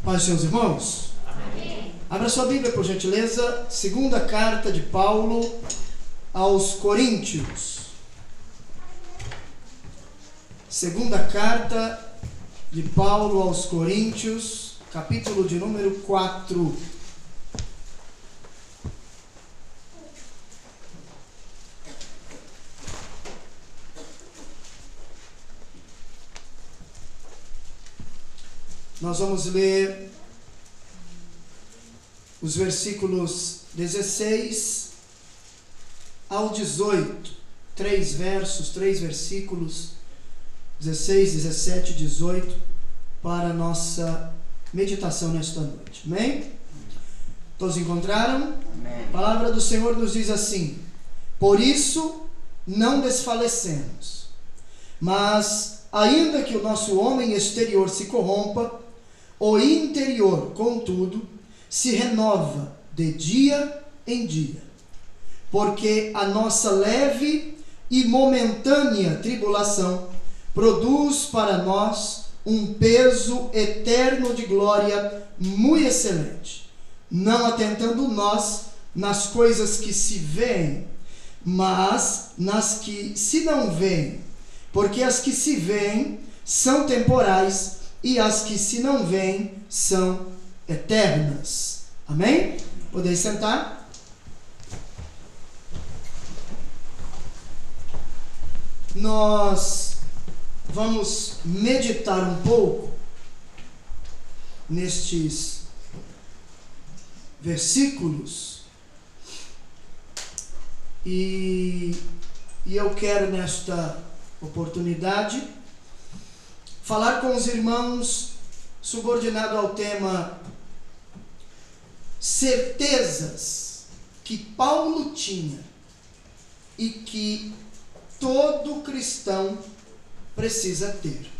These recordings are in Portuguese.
Paz, seus irmãos. Amém. Abra sua Bíblia, por gentileza. Segunda carta de Paulo aos Coríntios. Segunda carta de Paulo aos Coríntios, capítulo de número 4. Nós vamos ler os versículos 16 ao 18. Três versículos, 16, 17 e 18, para a nossa meditação nesta noite. Amém? Todos encontraram? Amém. A palavra do Senhor nos diz assim: por isso não desfalecemos, mas ainda que o nosso homem exterior se corrompa, o interior, contudo, se renova de dia em dia, porque a nossa leve e momentânea tribulação produz para nós um peso eterno de glória muito excelente, não atentando nós nas coisas que se veem, mas nas que se não veem, porque as que se veem são temporais e as que se não veem são eternas. Amém? Podeis sentar? Nós vamos meditar um pouco nestes versículos e eu quero nesta oportunidade falar com os irmãos subordinado ao tema certezas que Paulo tinha e que todo cristão precisa ter.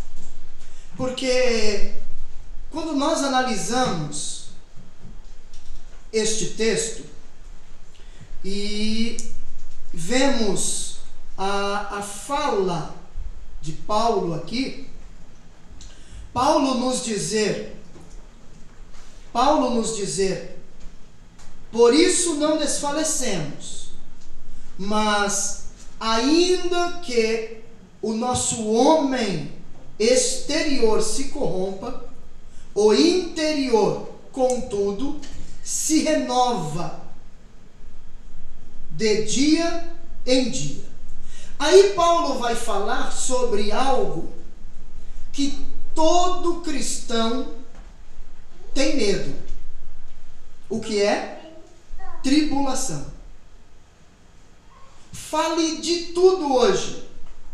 Porque quando nós analisamos este texto e vemos a fala de Paulo aqui, Paulo nos dizer, por isso não desfalecemos, mas ainda que o nosso homem exterior se corrompa, o interior, contudo, se renova de dia em dia. Aí Paulo vai falar sobre algo que todo cristão tem medo. O que é? Tribulação. Fale de tudo hoje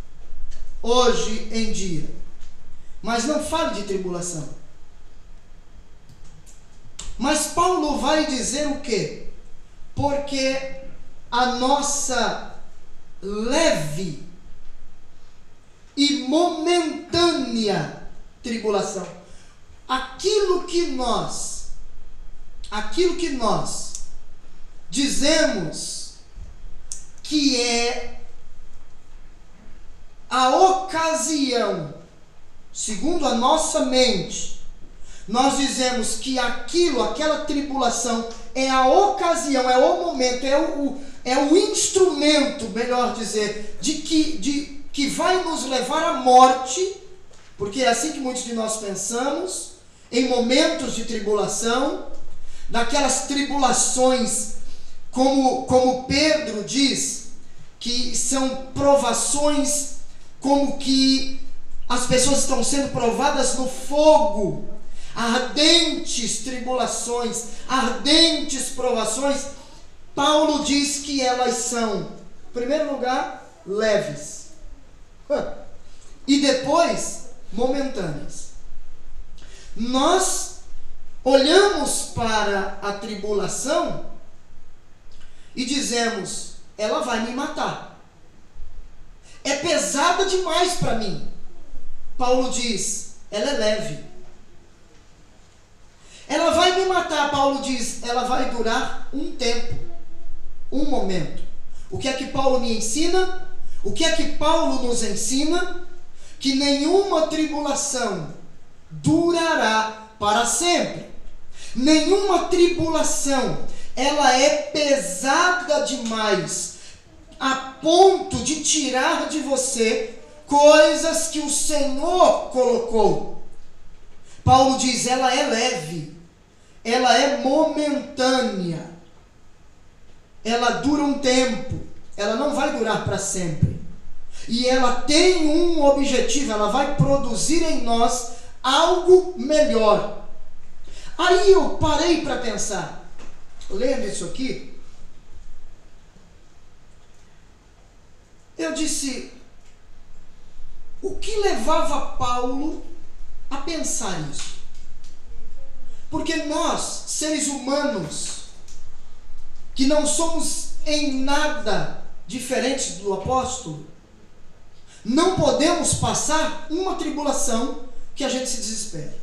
em dia, mas não fale de tribulação. Mas Paulo vai dizer o quê? Porque a nossa leve e momentânea tribulação, aquilo que nós dizemos que é a ocasião, segundo a nossa mente, nós dizemos que aquela tribulação é a ocasião, é o momento, é o instrumento, melhor dizer, de que vai nos levar à morte, porque é assim que muitos de nós pensamos, em momentos de tribulação, daquelas tribulações, como Pedro diz, que são provações, como que as pessoas estão sendo provadas no fogo, ardentes tribulações, ardentes provações. Paulo diz que elas são, em primeiro lugar, leves, e depois, momentâneas. Nós olhamos para a tribulação e dizemos, ela vai me matar. É pesada demais para mim. Paulo diz, ela é leve. Ela vai me matar, Paulo diz, ela vai durar um tempo, um momento. O que é que Paulo me ensina? O que é que Paulo nos ensina? Que nenhuma tribulação durará para sempre. Nenhuma tribulação, ela é pesada demais a ponto de tirar de você coisas que o Senhor colocou. Paulo diz, ela é leve, ela é momentânea, ela dura um tempo, ela não vai durar para sempre. E ela tem um objetivo, ela vai produzir em nós algo melhor. Aí eu parei para pensar, lendo isso aqui, eu disse, o que levava Paulo a pensar isso? Porque nós, seres humanos, que não somos em nada diferentes do apóstolo, não podemos passar uma tribulação que a gente se desespera.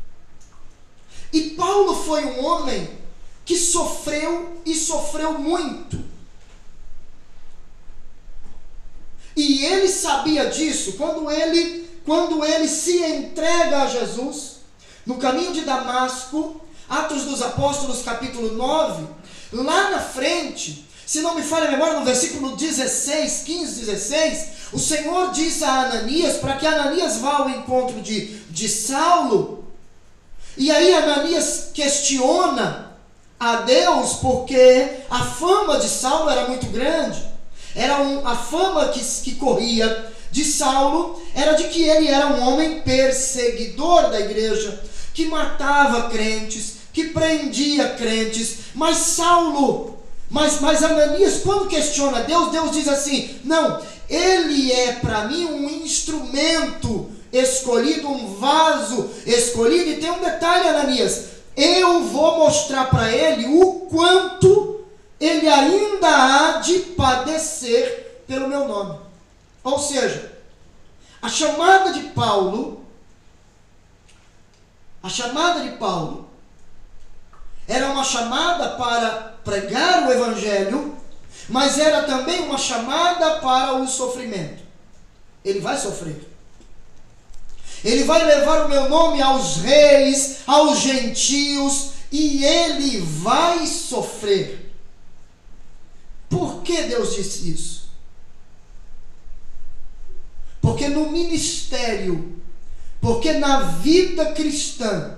E Paulo foi um homem que sofreu e sofreu muito. E ele sabia disso quando ele se entrega a Jesus, no caminho de Damasco, Atos dos Apóstolos, capítulo 9, lá na frente, se não me falha a memória, no versículo 16, 15, 16, o Senhor diz a Ananias, para que Ananias vá ao encontro de Saulo, e aí Ananias questiona a Deus, porque a fama de Saulo era muito grande, a fama que corria de Saulo, era de que ele era um homem perseguidor da igreja, que matava crentes, que prendia crentes, mas Saulo, mas Ananias, quando questiona Deus, Deus diz assim, não, ele é para mim um instrumento escolhido, um vaso escolhido, e tem um detalhe, Ananias, eu vou mostrar para ele o quanto ele ainda há de padecer pelo meu nome. Ou seja, a chamada de Paulo era uma chamada para pregar o evangelho, mas era também uma chamada para o sofrimento. Ele vai sofrer. Ele vai levar o meu nome aos reis, aos gentios, e ele vai sofrer. Por que Deus disse isso? Porque no ministério, porque na vida cristã,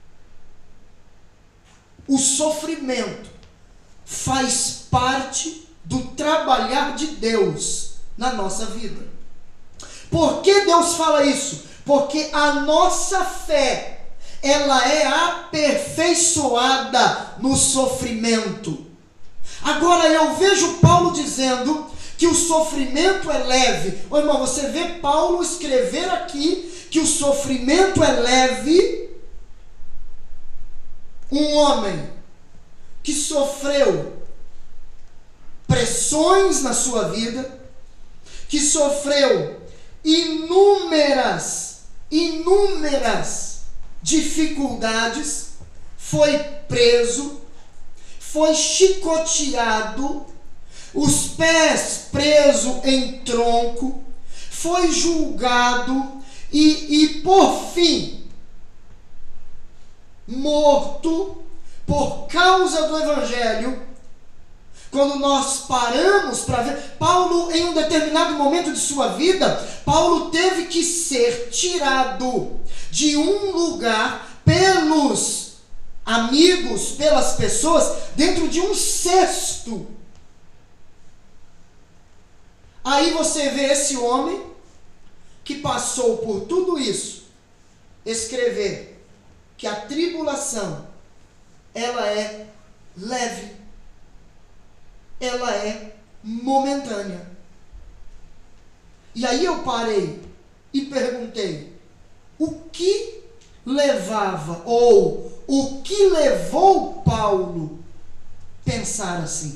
o sofrimento faz parte do trabalhar de Deus na nossa vida. Por que Deus fala isso? Porque a nossa fé, ela é aperfeiçoada no sofrimento. Agora eu vejo Paulo dizendo que o sofrimento é leve. Ô irmão, você vê Paulo escrever aqui que o sofrimento é leve. Um homem que sofreu pressões na sua vida, que sofreu inúmeras dificuldades, foi preso, foi chicoteado, os pés presos em tronco, foi julgado e por fim, morto por causa do evangelho. Quando nós paramos para ver, Paulo, em um determinado momento de sua vida, Paulo teve que ser tirado de um lugar pelos amigos, pelas pessoas, dentro de um cesto. Aí você vê esse homem que passou por tudo isso, escrever que a tribulação, ela é leve, ela é momentânea. E aí eu parei e perguntei, o que levava, ou o que levou Paulo a pensar assim?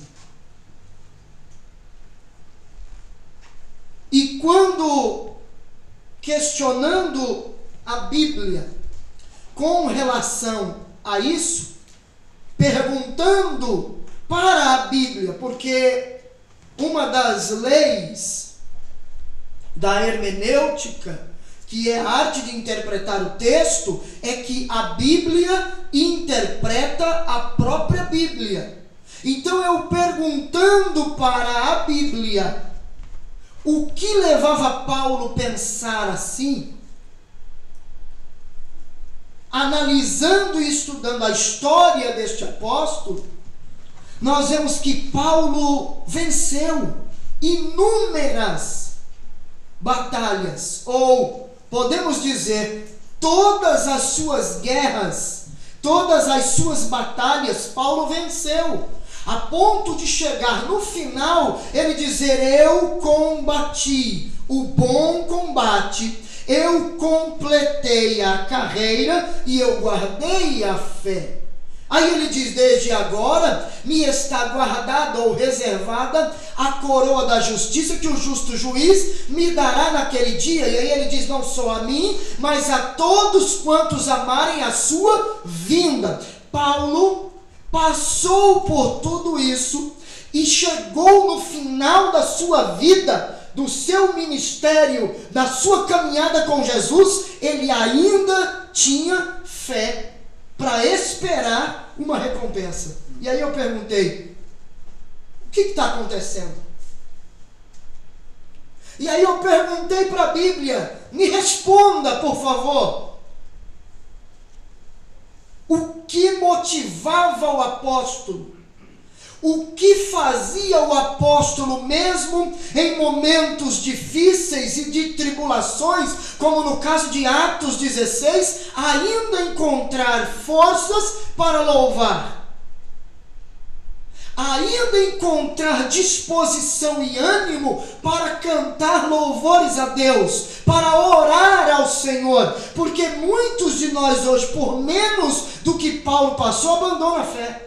E quando questionando a Bíblia com relação a isso, perguntando para a Bíblia, porque uma das leis da hermenêutica que é a arte de interpretar o texto, é que a Bíblia interpreta a própria Bíblia. Então eu perguntando para a Bíblia o que levava Paulo a pensar assim, analisando e estudando a história deste apóstolo, nós vemos que Paulo venceu inúmeras batalhas, ou podemos dizer, todas as suas guerras, todas as suas batalhas, Paulo venceu, a ponto de chegar no final, ele dizer: eu combati o bom combate, eu completei a carreira e eu guardei a fé. Aí ele diz: desde agora me está guardada ou reservada a coroa da justiça que o justo juiz me dará naquele dia. E aí ele diz: não só a mim, mas a todos quantos amarem a sua vinda. Paulo passou por tudo isso e chegou no final da sua vida, do seu ministério, da sua caminhada com Jesus, ele ainda tinha fé para esperar uma recompensa. E aí eu perguntei: o que está acontecendo? E aí eu perguntei para a Bíblia: me responda, por favor. O que motivava o apóstolo? O que fazia o apóstolo, mesmo em momentos difíceis e de tribulações, como no caso de Atos 16, ainda encontrar forças para louvar? Ainda encontrar disposição e ânimo para cantar louvores a Deus, para orar ao Senhor, porque muitos de nós hoje, por menos do que Paulo passou, abandonam a fé.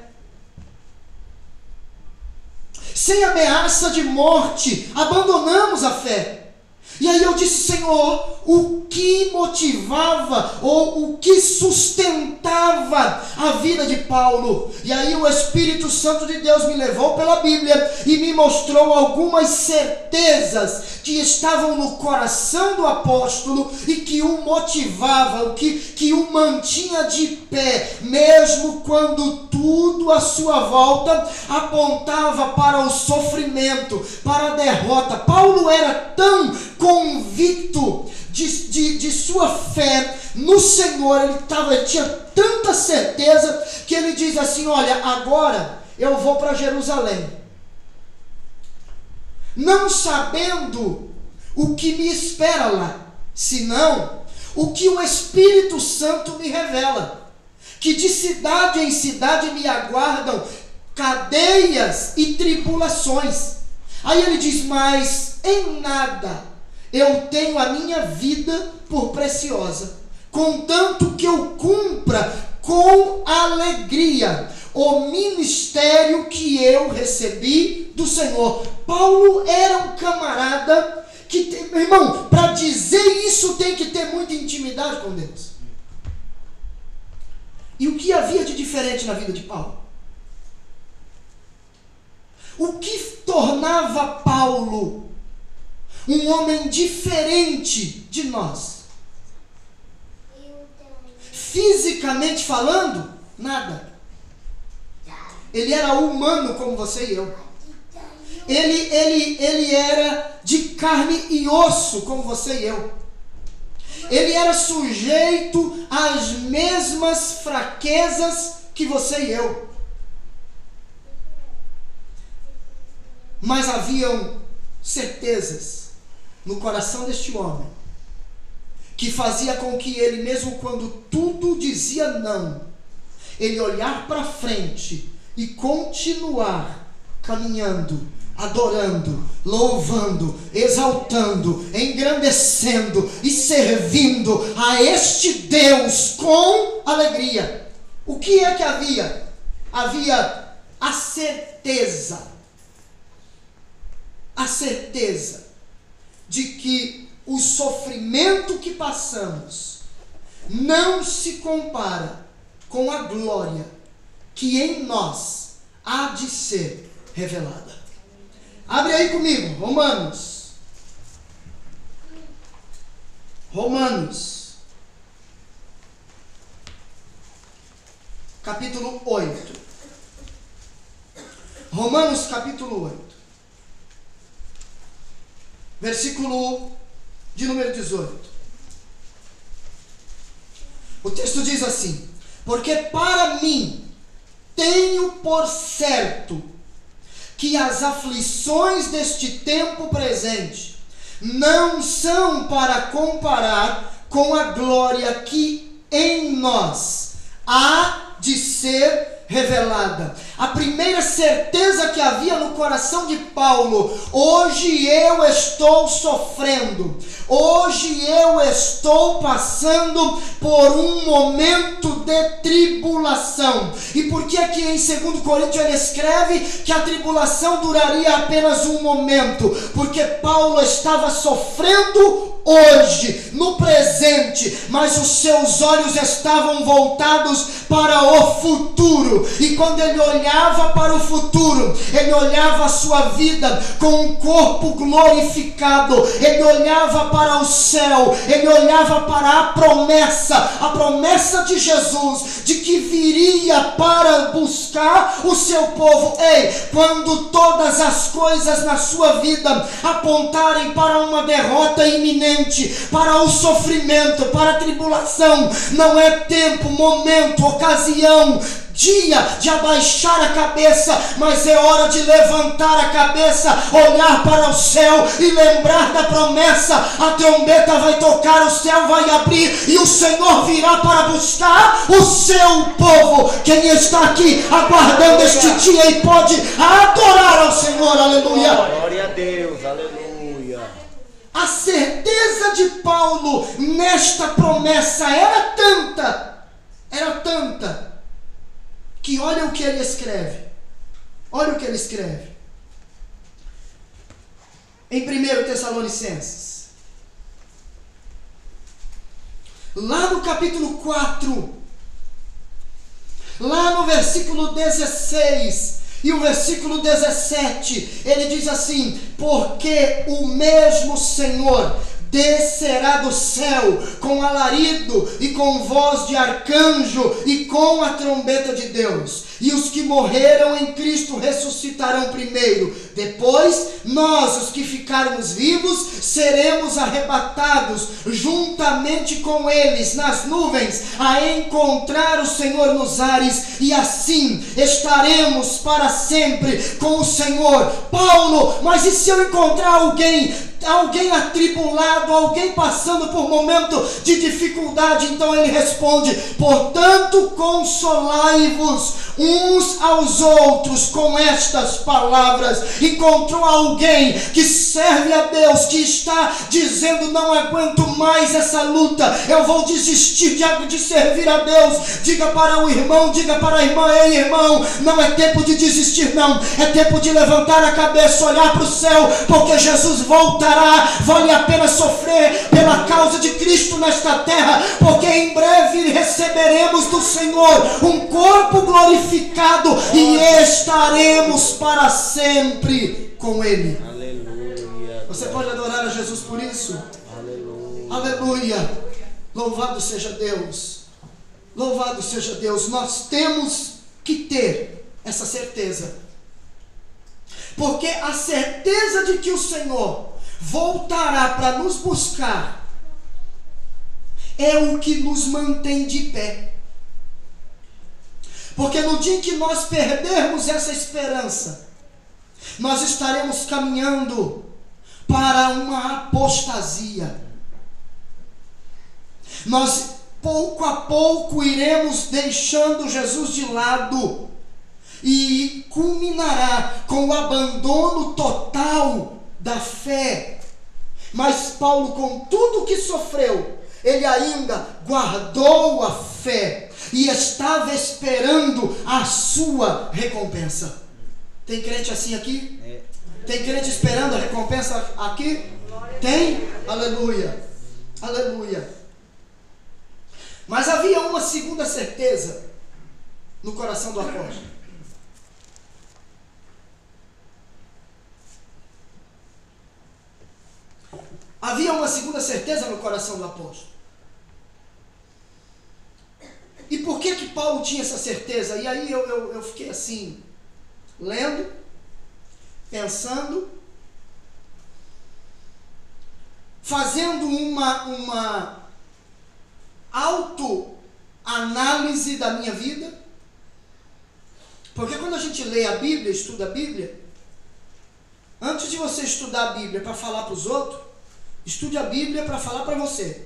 Sem ameaça de morte, abandonamos a fé. E aí eu disse: Senhor, o que motivava ou o que sustentava a vida de Paulo? E aí o Espírito Santo de Deus me levou pela Bíblia e me mostrou algumas certezas que estavam no coração do apóstolo e que o motivavam, que o mantinha de pé, mesmo quando tudo à sua volta apontava para o sofrimento, para a derrota. Paulo era tão convicto de sua fé no Senhor, ele tinha tanta certeza que ele diz assim: olha, agora eu vou para Jerusalém, não sabendo o que me espera lá, senão o que o Espírito Santo me revela, que de cidade em cidade me aguardam cadeias e tribulações. Aí ele diz: mas em nada eu tenho a minha vida por preciosa, contanto que eu cumpra com alegria o ministério que eu recebi do Senhor. Paulo era um camarada que, meu irmão, para dizer isso tem que ter muita intimidade com Deus. E o que havia de diferente na vida de Paulo? O que tornava Paulo um homem diferente de nós? Fisicamente falando, nada. Ele era humano como você e eu. Ele era de carne e osso como você e eu. Ele era sujeito às mesmas fraquezas que você e eu. Mas haviam certezas no coração deste homem que fazia com que ele, mesmo quando tudo dizia não, ele olhar para frente e continuar caminhando, adorando, louvando, exaltando, engrandecendo e servindo a este Deus com alegria. O que é que havia? Havia a certeza de que o sofrimento que passamos não se compara com a glória que em nós há de ser revelada. Abre aí comigo, Romanos. Romanos, capítulo 8. Romanos, capítulo 8. Versículo de número 18. O texto diz assim: porque para mim tenho por certo que as aflições deste tempo presente não são para comparar com a glória que em nós há de ser revelada. A primeira certeza que havia no coração de Paulo: hoje eu estou sofrendo, hoje eu estou passando por um momento de tribulação. E por que aqui em 2 Coríntios ele escreve que a tribulação duraria apenas um momento? Porque Paulo estava sofrendo hoje, no presente, mas os seus olhos estavam voltados para o futuro. E quando ele olhava para o futuro, ele olhava a sua vida com um corpo glorificado, ele olhava para o céu, ele olhava para a promessa de Jesus, de que viria para buscar o seu povo. Ei, quando todas as coisas na sua vida apontarem para uma derrota iminente, para o sofrimento, para a tribulação, não é tempo, momento, ocasião, dia de abaixar a cabeça, mas é hora de levantar a cabeça, olhar para o céu e lembrar da promessa. A trombeta vai tocar, o céu vai abrir e o Senhor virá para buscar o seu povo. Quem está aqui aguardando este dia e pode adorar ao Senhor, aleluia. Glória a Deus, aleluia. A certeza de Paulo nesta promessa era tanta, que olha o que ele escreve. Olha o que ele escreve. Em 1 Tessalonicenses. Lá no capítulo 4. Lá no versículo 16 e o versículo 17. Ele diz assim: porque o mesmo Senhor descerá do céu com alarido e com voz de arcanjo e com a trombeta de Deus, e os que morreram em Cristo ressuscitarão primeiro. Depois nós, os que ficarmos vivos, seremos arrebatados juntamente com eles nas nuvens, a encontrar o Senhor nos ares, e assim estaremos para sempre com o Senhor. Paulo, mas e se eu encontrar alguém atribulado, alguém passando por momento de dificuldade? Então ele responde: portanto consolai-vos uns aos outros com estas palavras. Encontrou alguém que serve a Deus, que está dizendo: não aguento mais essa luta, eu vou desistir de servir a Deus. Diga para o irmão, diga para a irmã: ei irmão, não é tempo de desistir não, é tempo de levantar a cabeça, olhar para o céu, porque Jesus voltará. Vale a pena sofrer pela causa de Cristo nesta terra, porque em breve receberemos do Senhor um corpo glorificado e estaremos para sempre com Ele. Aleluia. Você pode adorar a Jesus por isso? Aleluia. Aleluia. Louvado seja Deus. Louvado seja Deus. Nós temos que ter essa certeza, porque a certeza de que o Senhor voltará para nos buscar é o que nos mantém de pé. Porque no dia em que nós perdermos essa esperança, nós estaremos caminhando para uma apostasia. Nós pouco a pouco iremos deixando Jesus de lado, e culminará com o abandono total da fé. Mas Paulo, com tudo que sofreu, ele ainda guardou a fé e estava esperando a sua recompensa. Tem crente assim aqui? Tem crente esperando a recompensa aqui? Tem? Aleluia. Aleluia. Mas havia uma segunda certeza no coração do apóstolo. havia uma segunda certeza no coração do apóstolo. E por que Paulo tinha essa certeza? E aí eu fiquei assim, lendo, pensando, fazendo uma autoanálise da minha vida. Porque quando a gente lê a Bíblia, estuda a Bíblia, antes de você estudar a Bíblia para falar para os outros, estude a Bíblia para falar para você.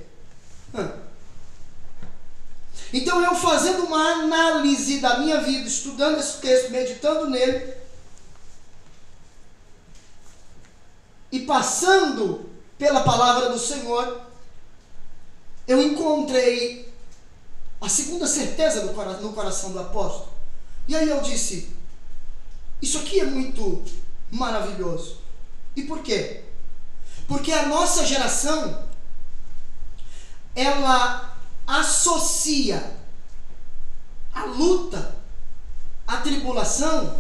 Então eu fazendo uma análise da minha vida, estudando esse texto, meditando nele, e passando pela palavra do Senhor, eu encontrei a segunda certeza no coração do apóstolo. E aí eu disse, isso aqui é muito maravilhoso. E por quê? Porque a nossa geração, ela associa a luta, a tribulação,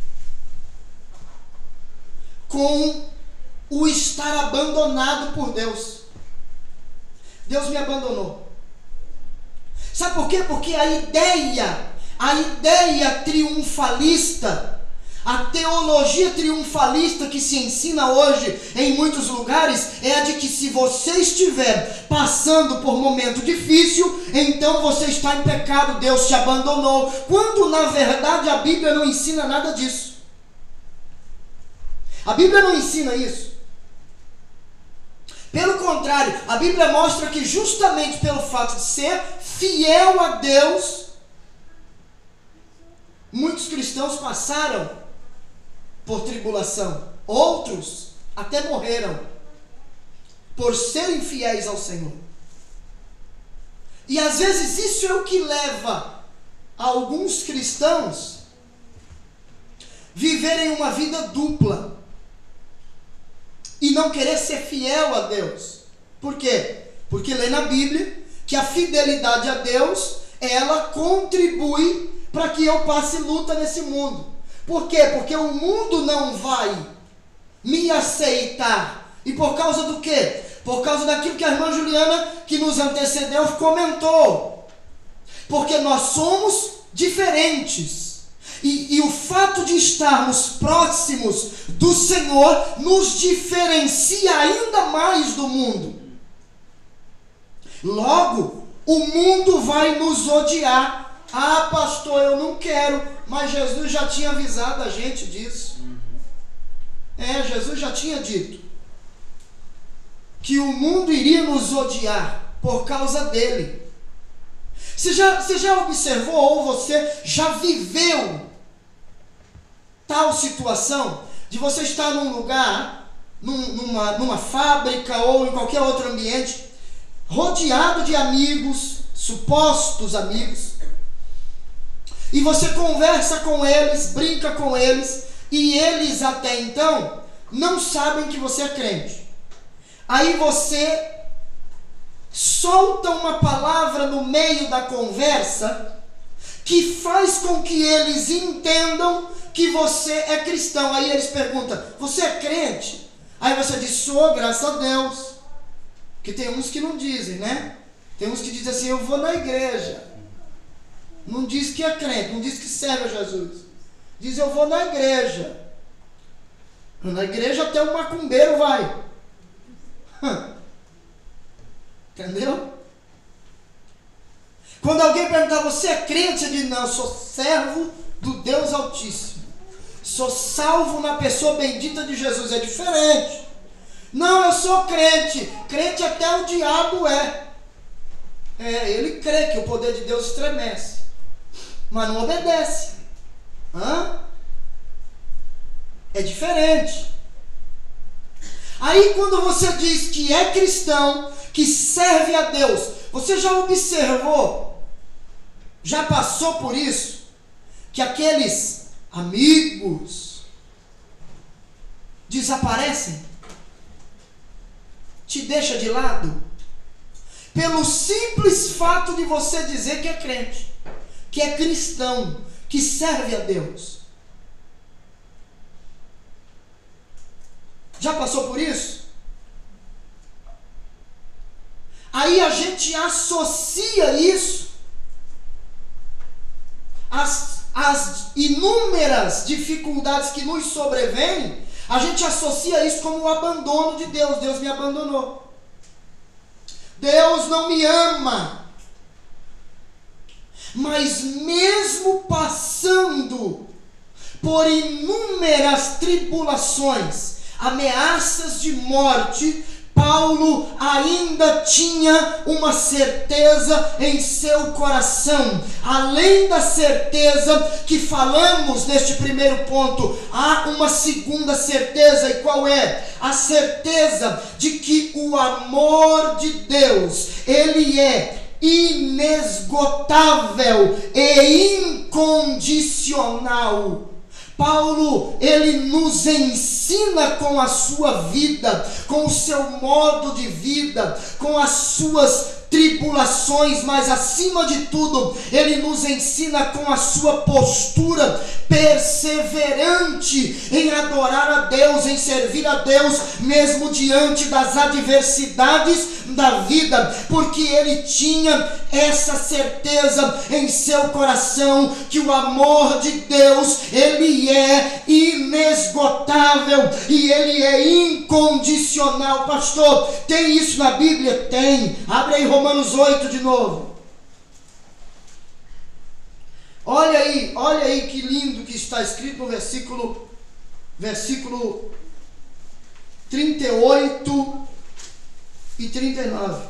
com o estar abandonado por Deus. Deus me abandonou. Sabe por quê? Porque a ideia triunfalista, a teologia triunfalista que se ensina hoje em muitos lugares é a de que se você estiver passando por momento difícil, então você está em pecado, Deus te abandonou. Quando na verdade a Bíblia não ensina nada disso. A Bíblia não ensina isso. Pelo contrário, a Bíblia mostra que justamente pelo fato de ser fiel a Deus, muitos cristãos passaram por tribulação. Outros até morreram por serem fiéis ao Senhor. E às vezes isso é o que leva alguns cristãos viverem uma vida dupla e não querer ser fiel a Deus. Por quê? Porque lê na Bíblia que a fidelidade a Deus, ela contribui para que eu passe luta nesse mundo. Por quê? Porque o mundo não vai me aceitar. E por causa do quê? Por causa daquilo que a irmã Juliana, que nos antecedeu, comentou. Porque nós somos diferentes. E o fato de estarmos próximos do Senhor nos diferencia ainda mais do mundo. Logo, o mundo vai nos odiar. Ah, pastor, eu não quero, mas Jesus já tinha avisado a gente disso. Jesus já tinha dito que o mundo iria nos odiar por causa dele. Você já observou ou você já viveu tal situação de você estar num lugar, numa fábrica ou em qualquer outro ambiente, rodeado de amigos, supostos amigos, e você conversa com eles, brinca com eles, e eles até então não sabem que você é crente. Aí você solta uma palavra no meio da conversa que faz com que eles entendam que você é cristão. Aí eles perguntam, você é crente? Aí você diz, sou, graças a Deus. Porque tem uns que não dizem, né? Tem uns que dizem assim, eu vou na igreja. Não diz que é crente, não diz que serve a Jesus. Diz, eu vou na igreja. Na igreja até o macumbeiro vai. Entendeu? Quando alguém perguntar, você é crente? Você diz, não, eu sou servo do Deus Altíssimo. Sou salvo na pessoa bendita de Jesus. É diferente. Não, eu sou crente. Crente até o diabo é. Ele crê que o poder de Deus estremece, mas não obedece. É diferente. Aí quando você diz que é cristão, que serve a Deus, você já observou, já passou por isso, que aqueles amigos desaparecem, te deixa de lado, pelo simples fato de você dizer que é crente, que é cristão, que serve a Deus. Já passou por isso? Aí a gente associa isso às inúmeras dificuldades que nos sobrevêm, a gente associa isso como o abandono de Deus. Deus me abandonou. Deus não me ama. Mas mesmo passando por inúmeras tribulações, ameaças de morte, Paulo ainda tinha uma certeza em seu coração. Além da certeza que falamos neste primeiro ponto, há uma segunda certeza. E qual é? A certeza de que o amor de Deus, ele é inesgotável e incondicional. Paulo, ele nos ensina com a sua vida, com o seu modo de vida, com as suas tribulações, mas acima de tudo, ele nos ensina com a sua postura perseverante em adorar a Deus, em servir a Deus, mesmo diante das adversidades da vida, porque ele tinha essa certeza em seu coração que o amor de Deus, ele é inesgotável e ele é incondicional. Pastor, tem isso na Bíblia? Tem. Abre aí Romanos 8 de novo. Olha aí que lindo que está escrito no versículo 38 e 39.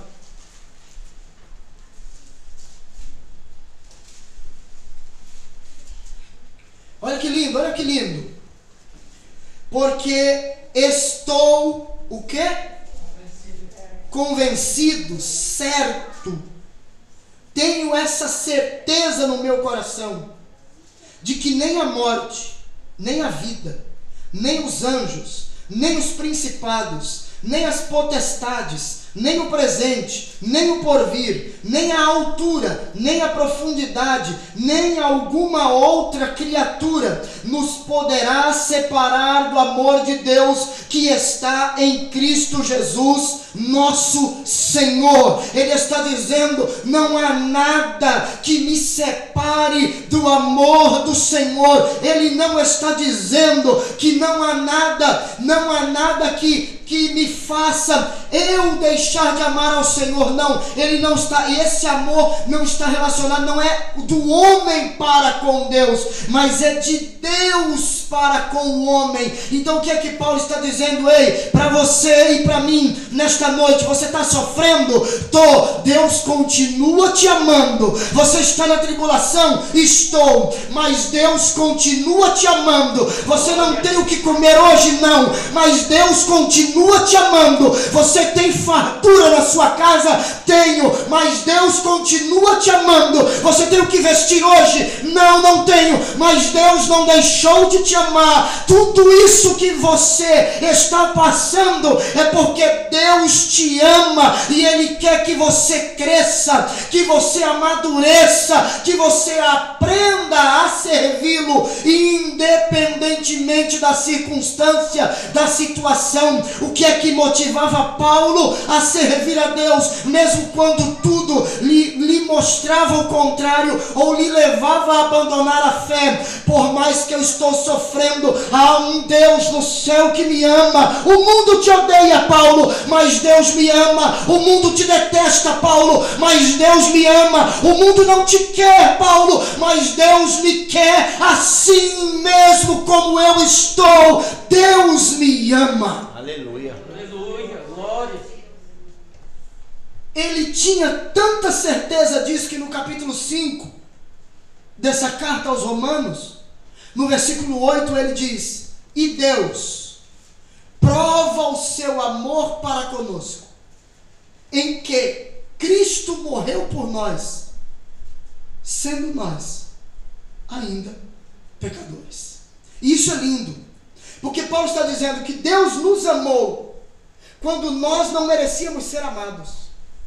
Olha que lindo, olha que lindo. Porque estou, o quê? Convencido, certo. Tenho essa certeza no meu coração, de que nem a morte, nem a vida, nem os anjos, nem os principados, nem as potestades, nem o presente, nem o porvir, nem a altura, nem a profundidade, nem alguma outra criatura nos poderá separar do amor de Deus que está em Cristo Jesus, nosso Senhor. Ele está dizendo: não há nada que me separe do amor do Senhor. Ele não está dizendo que não há nada que me faça eu deixar de amar ao Senhor. Não, ele não está, e esse amor não está relacionado, não é do homem para com Deus, mas é de Deus para com o homem. Então o que é que Paulo está dizendo? Ei, para você e para mim, nesta noite, você está sofrendo? Deus continua te amando. Você está na tribulação? Estou, mas Deus continua te amando. Você não tem o que comer hoje? Não, mas Deus continua te amando. Você tem fartura na sua casa? Tenho, mas Deus continua te amando. Você tem o que vestir hoje? Não tenho, mas Deus não deixou de te amar. Tudo isso que você está passando é porque Deus te ama e Ele quer que você cresça, que você amadureça, que você aprenda a servi-lo, independentemente da circunstância, da situação. O que é que motivava Paulo a servir a Deus, mesmo quando tudo lhe mostrava o contrário ou lhe levava a abandonar a fé? Por mais que eu estou sofrendo, há um Deus no céu que me ama. O mundo te odeia, Paulo, mas Deus me ama. O mundo te detesta, Paulo, mas Deus me ama. O mundo não te quer, Paulo, mas Deus me quer assim mesmo como eu estou. Deus me ama. Aleluia. Aleluia, glória. Ele tinha tanta certeza disso que no capítulo 5 dessa carta aos Romanos, no versículo 8, ele diz: e Deus prova o seu amor para conosco, em que Cristo morreu por nós, sendo nós ainda pecadores. E isso é lindo, porque Paulo está dizendo que Deus nos amou quando nós não merecíamos ser amados.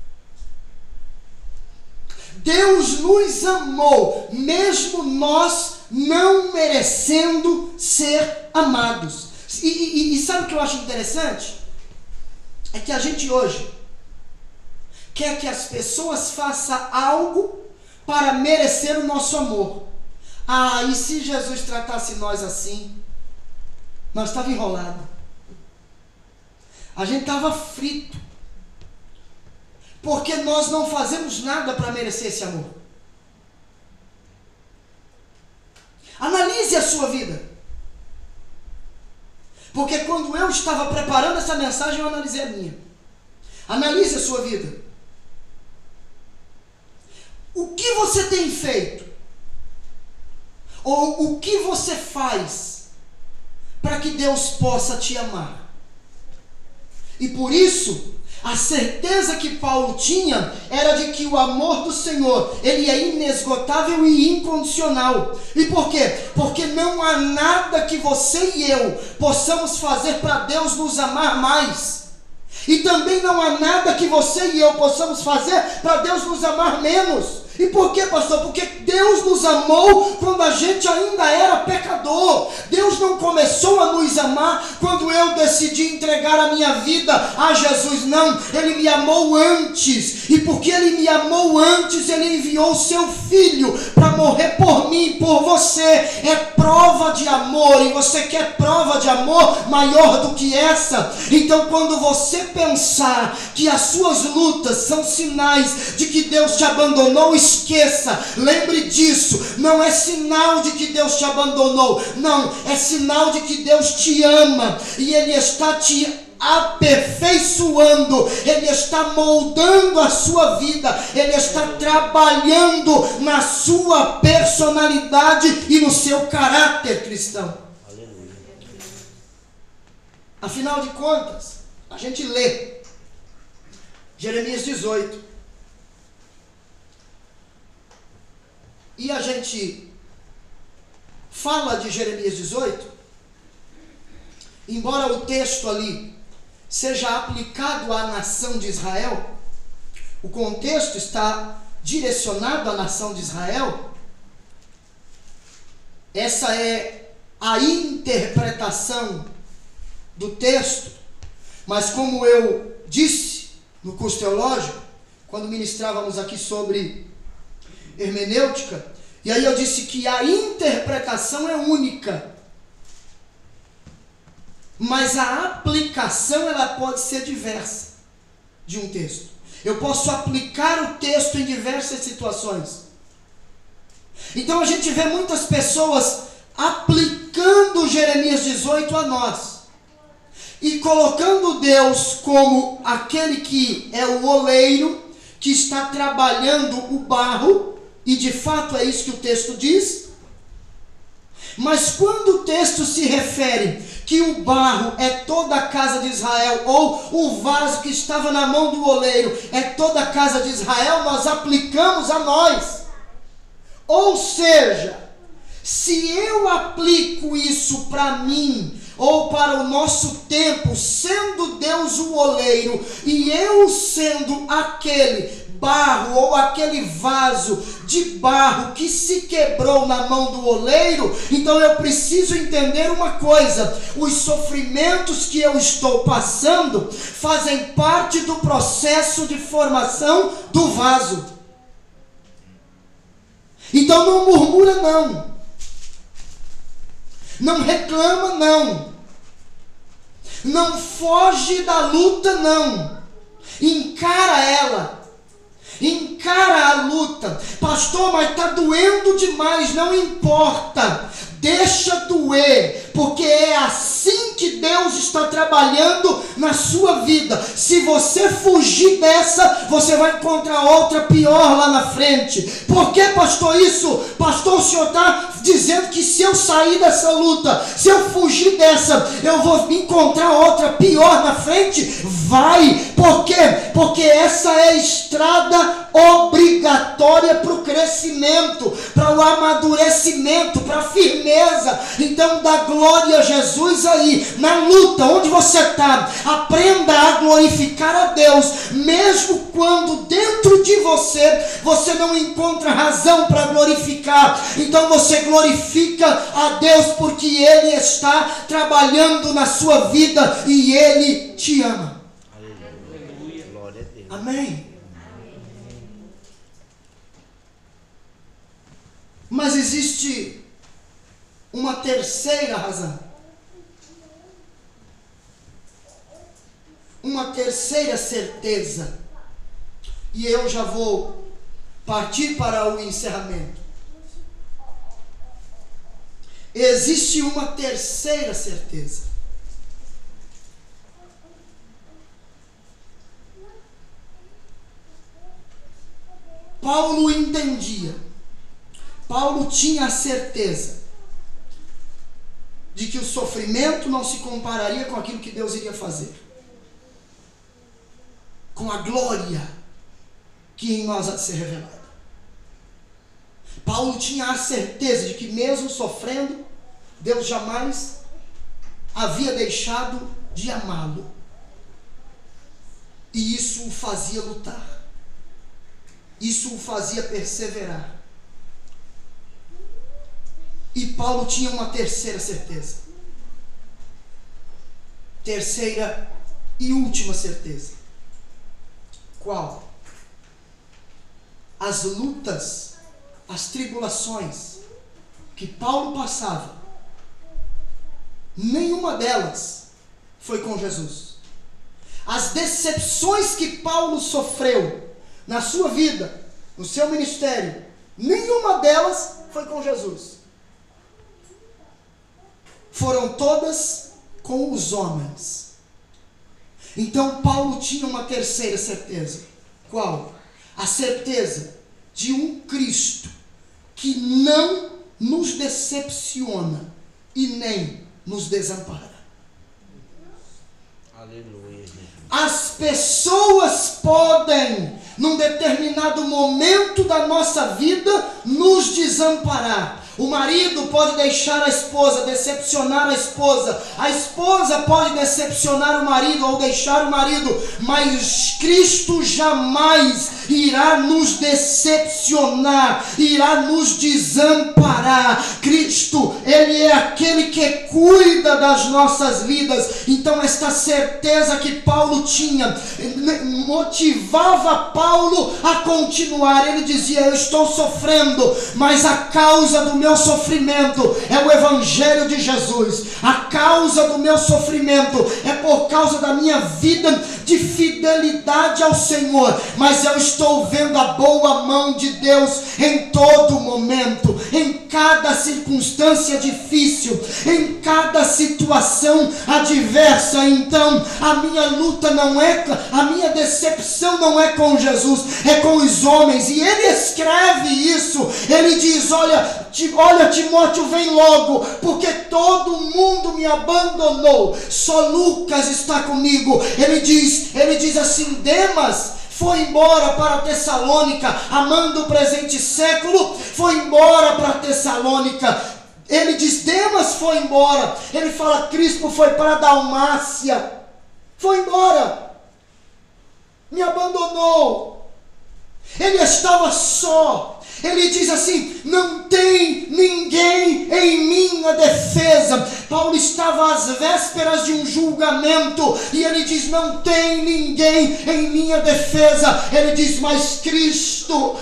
Deus nos amou, mesmo nós não merecendo ser amados. E sabe o que eu acho interessante? É que a gente hoje quer que as pessoas façam algo para merecer o nosso amor. Ah, e se Jesus tratasse nós assim? Nós estávamos enrolados. A gente estava frito. Porque nós não fazemos nada para merecer esse amor. Analise a sua vida. Porque quando eu estava preparando essa mensagem, eu analisei a minha. Analise a sua vida. O que você tem feito? Ou o que você faz para que Deus possa te amar? E por isso, a certeza que Paulo tinha era de que o amor do Senhor, ele é inesgotável e incondicional. E por quê? Porque não há nada que você e eu possamos fazer para Deus nos amar mais. E também não há nada que você e eu possamos fazer para Deus nos amar menos. E por quê, pastor? Porque Deus nos amou quando a gente ainda era pecador. Deus não começou a nos amar quando eu decidi entregar a minha vida a Jesus, não. Ele me amou antes. E porque Ele me amou antes, Ele enviou o Seu Filho para morrer por mim e por você. É prova de amor. E você quer prova de amor maior do que essa? Então, quando você pensar que as suas lutas são sinais de que Deus te abandonou, esqueça, lembre disso. Não é sinal de que Deus te abandonou, não, é sinal de que Deus te ama e Ele está te aperfeiçoando, Ele está moldando a sua vida, Ele está trabalhando na sua personalidade e no seu caráter cristão. Aleluia. Afinal de contas, a gente lê Jeremias 18 e a gente fala de Jeremias 18, embora o texto ali seja aplicado à nação de Israel, o contexto está direcionado à nação de Israel. Essa é a interpretação do texto, mas como eu disse no curso teológico, quando ministrávamos aqui sobre hermenêutica, e aí eu disse que a interpretação é única, mas a aplicação ela pode ser diversa de um texto. Eu posso aplicar o texto em diversas situações. Então a gente vê muitas pessoas aplicando Jeremias 18 a nós e colocando Deus como aquele que é o oleiro que está trabalhando o barro, e de fato é isso que o texto diz. Mas quando o texto se refere que o barro é toda a casa de Israel, ou o vaso que estava na mão do oleiro é toda a casa de Israel, nós aplicamos a nós. Ou seja, se eu aplico isso para mim, ou para o nosso tempo, sendo Deus o oleiro, e eu sendo aquele barro, ou aquele vaso de barro que se quebrou na mão do oleiro, então eu preciso entender uma coisa: os sofrimentos que eu estou passando fazem parte do processo de formação do vaso. Então não murmura não, não reclama não, não foge da luta não, encara ela. Encara a luta. Pastor, mas está doendo demais. Não importa, deixa doer, porque é assim que Deus está trabalhando na sua vida. Se você fugir dessa, você vai encontrar outra pior lá na frente. Por que, pastor, isso? Pastor, o senhor está dizendo que se eu sair dessa luta, se eu fugir dessa, eu vou encontrar outra pior na frente? Vai. Por quê? Porque essa é a estrada obrigatória para o crescimento, para o amadurecimento, para a firmeza. Então dá glória a Jesus aí, na luta, onde você está. Aprenda a glorificar a Deus, mesmo quando dentro de você não encontra razão para glorificar. Então você glorifica a Deus, porque Ele está trabalhando na sua vida e Ele te ama. Aleluia. Glória a Deus. Amém. Mas existe uma terceira razão. Uma terceira certeza. E eu já vou partir para o encerramento. Existe uma terceira certeza. Paulo entendia. Paulo tinha a certeza de que o sofrimento não se compararia com aquilo que Deus iria fazer. Com a glória que em nós há de ser revelada. Paulo tinha a certeza de que mesmo sofrendo, Deus jamais havia deixado de amá-lo. E isso o fazia lutar. Isso o fazia perseverar. E Paulo tinha uma terceira certeza. Terceira e última certeza. Qual? As lutas, as tribulações que Paulo passava, nenhuma delas foi com Jesus. As decepções que Paulo sofreu na sua vida, no seu ministério, nenhuma delas foi com Jesus. Foram todas com os homens. Então Paulo tinha uma terceira certeza. Qual? A certeza de um Cristo que não nos decepciona e nem nos desampara. Aleluia. As pessoas podem, num determinado momento da nossa vida, nos desamparar. O marido pode deixar a esposa, decepcionar a esposa pode decepcionar o marido ou deixar o marido, mas Cristo jamais irá nos decepcionar, irá nos desamparar. Cristo, Ele é aquele que cuida das nossas vidas. Então esta certeza que Paulo tinha, motivava Paulo a continuar. Ele dizia: eu estou sofrendo, mas a causa do meu sofrimento é o Evangelho de Jesus. A causa do meu sofrimento é por causa da minha vida de fidelidade ao Senhor, mas eu estou vendo a boa mão de Deus em todo momento, em cada circunstância difícil, em cada situação adversa. Então a minha luta não é, a minha decepção não é com Jesus, é com os homens. E ele escreve isso, ele diz: olha Timóteo, vem logo, porque todo mundo me abandonou, só Lucas está comigo. Ele diz assim: Demas foi embora para Tessalônica, amando o presente século, foi embora para Tessalônica. Ele diz: Demas foi embora. Ele fala: Crispo foi para Dalmácia, foi embora, me abandonou. Ele estava só. Ele diz assim: não tem ninguém em minha defesa. Paulo estava às vésperas de um julgamento e ele diz: não tem ninguém em minha defesa. Ele diz: mas Cristo,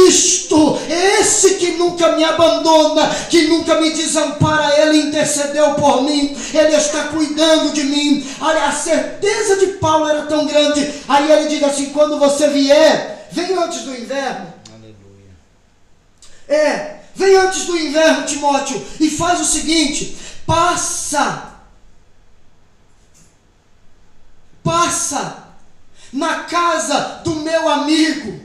esse que nunca me abandona, que nunca me desampara, Ele intercedeu por mim, Ele está cuidando de mim. Olha, a certeza de Paulo era tão grande. Aí ele diz assim: quando você vier, vem antes do inverno. Vem antes do inverno, Timóteo, e faz o seguinte: passa na casa do meu amigo,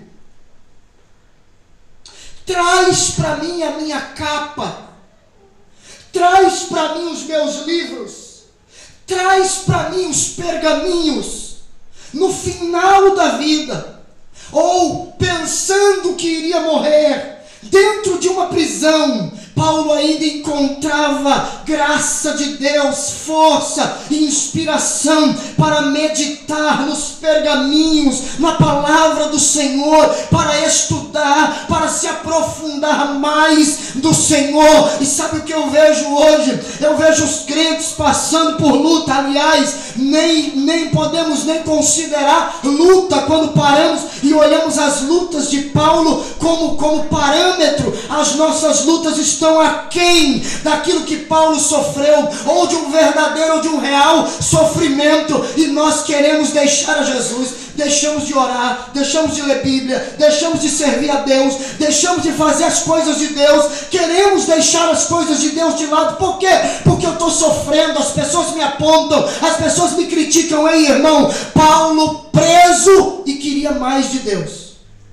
traz para mim a minha capa, traz para mim os meus livros, traz para mim os pergaminhos. No final da vida, ou pensando que iria morrer dentro de uma prisão, Paulo ainda encontrava graça de Deus, força e inspiração para meditar nos pergaminhos, na palavra do Senhor, para estudar, para se aprofundar mais do Senhor. E sabe o que eu vejo hoje? Eu vejo os crentes passando por luta. Aliás, nem podemos nem considerar luta quando paramos e olhamos as lutas de Paulo como parâmetro. As nossas lutas estão aquém daquilo que Paulo sofreu, ou de um verdadeiro ou de um real sofrimento, e nós queremos deixar a Jesus, deixamos de orar, deixamos de ler Bíblia, deixamos de servir a Deus, deixamos de fazer as coisas de Deus, queremos deixar as coisas de Deus de lado. Por quê? Porque eu estou sofrendo, as pessoas me apontam, as pessoas me criticam. Ei, irmão, Paulo preso e queria mais de Deus.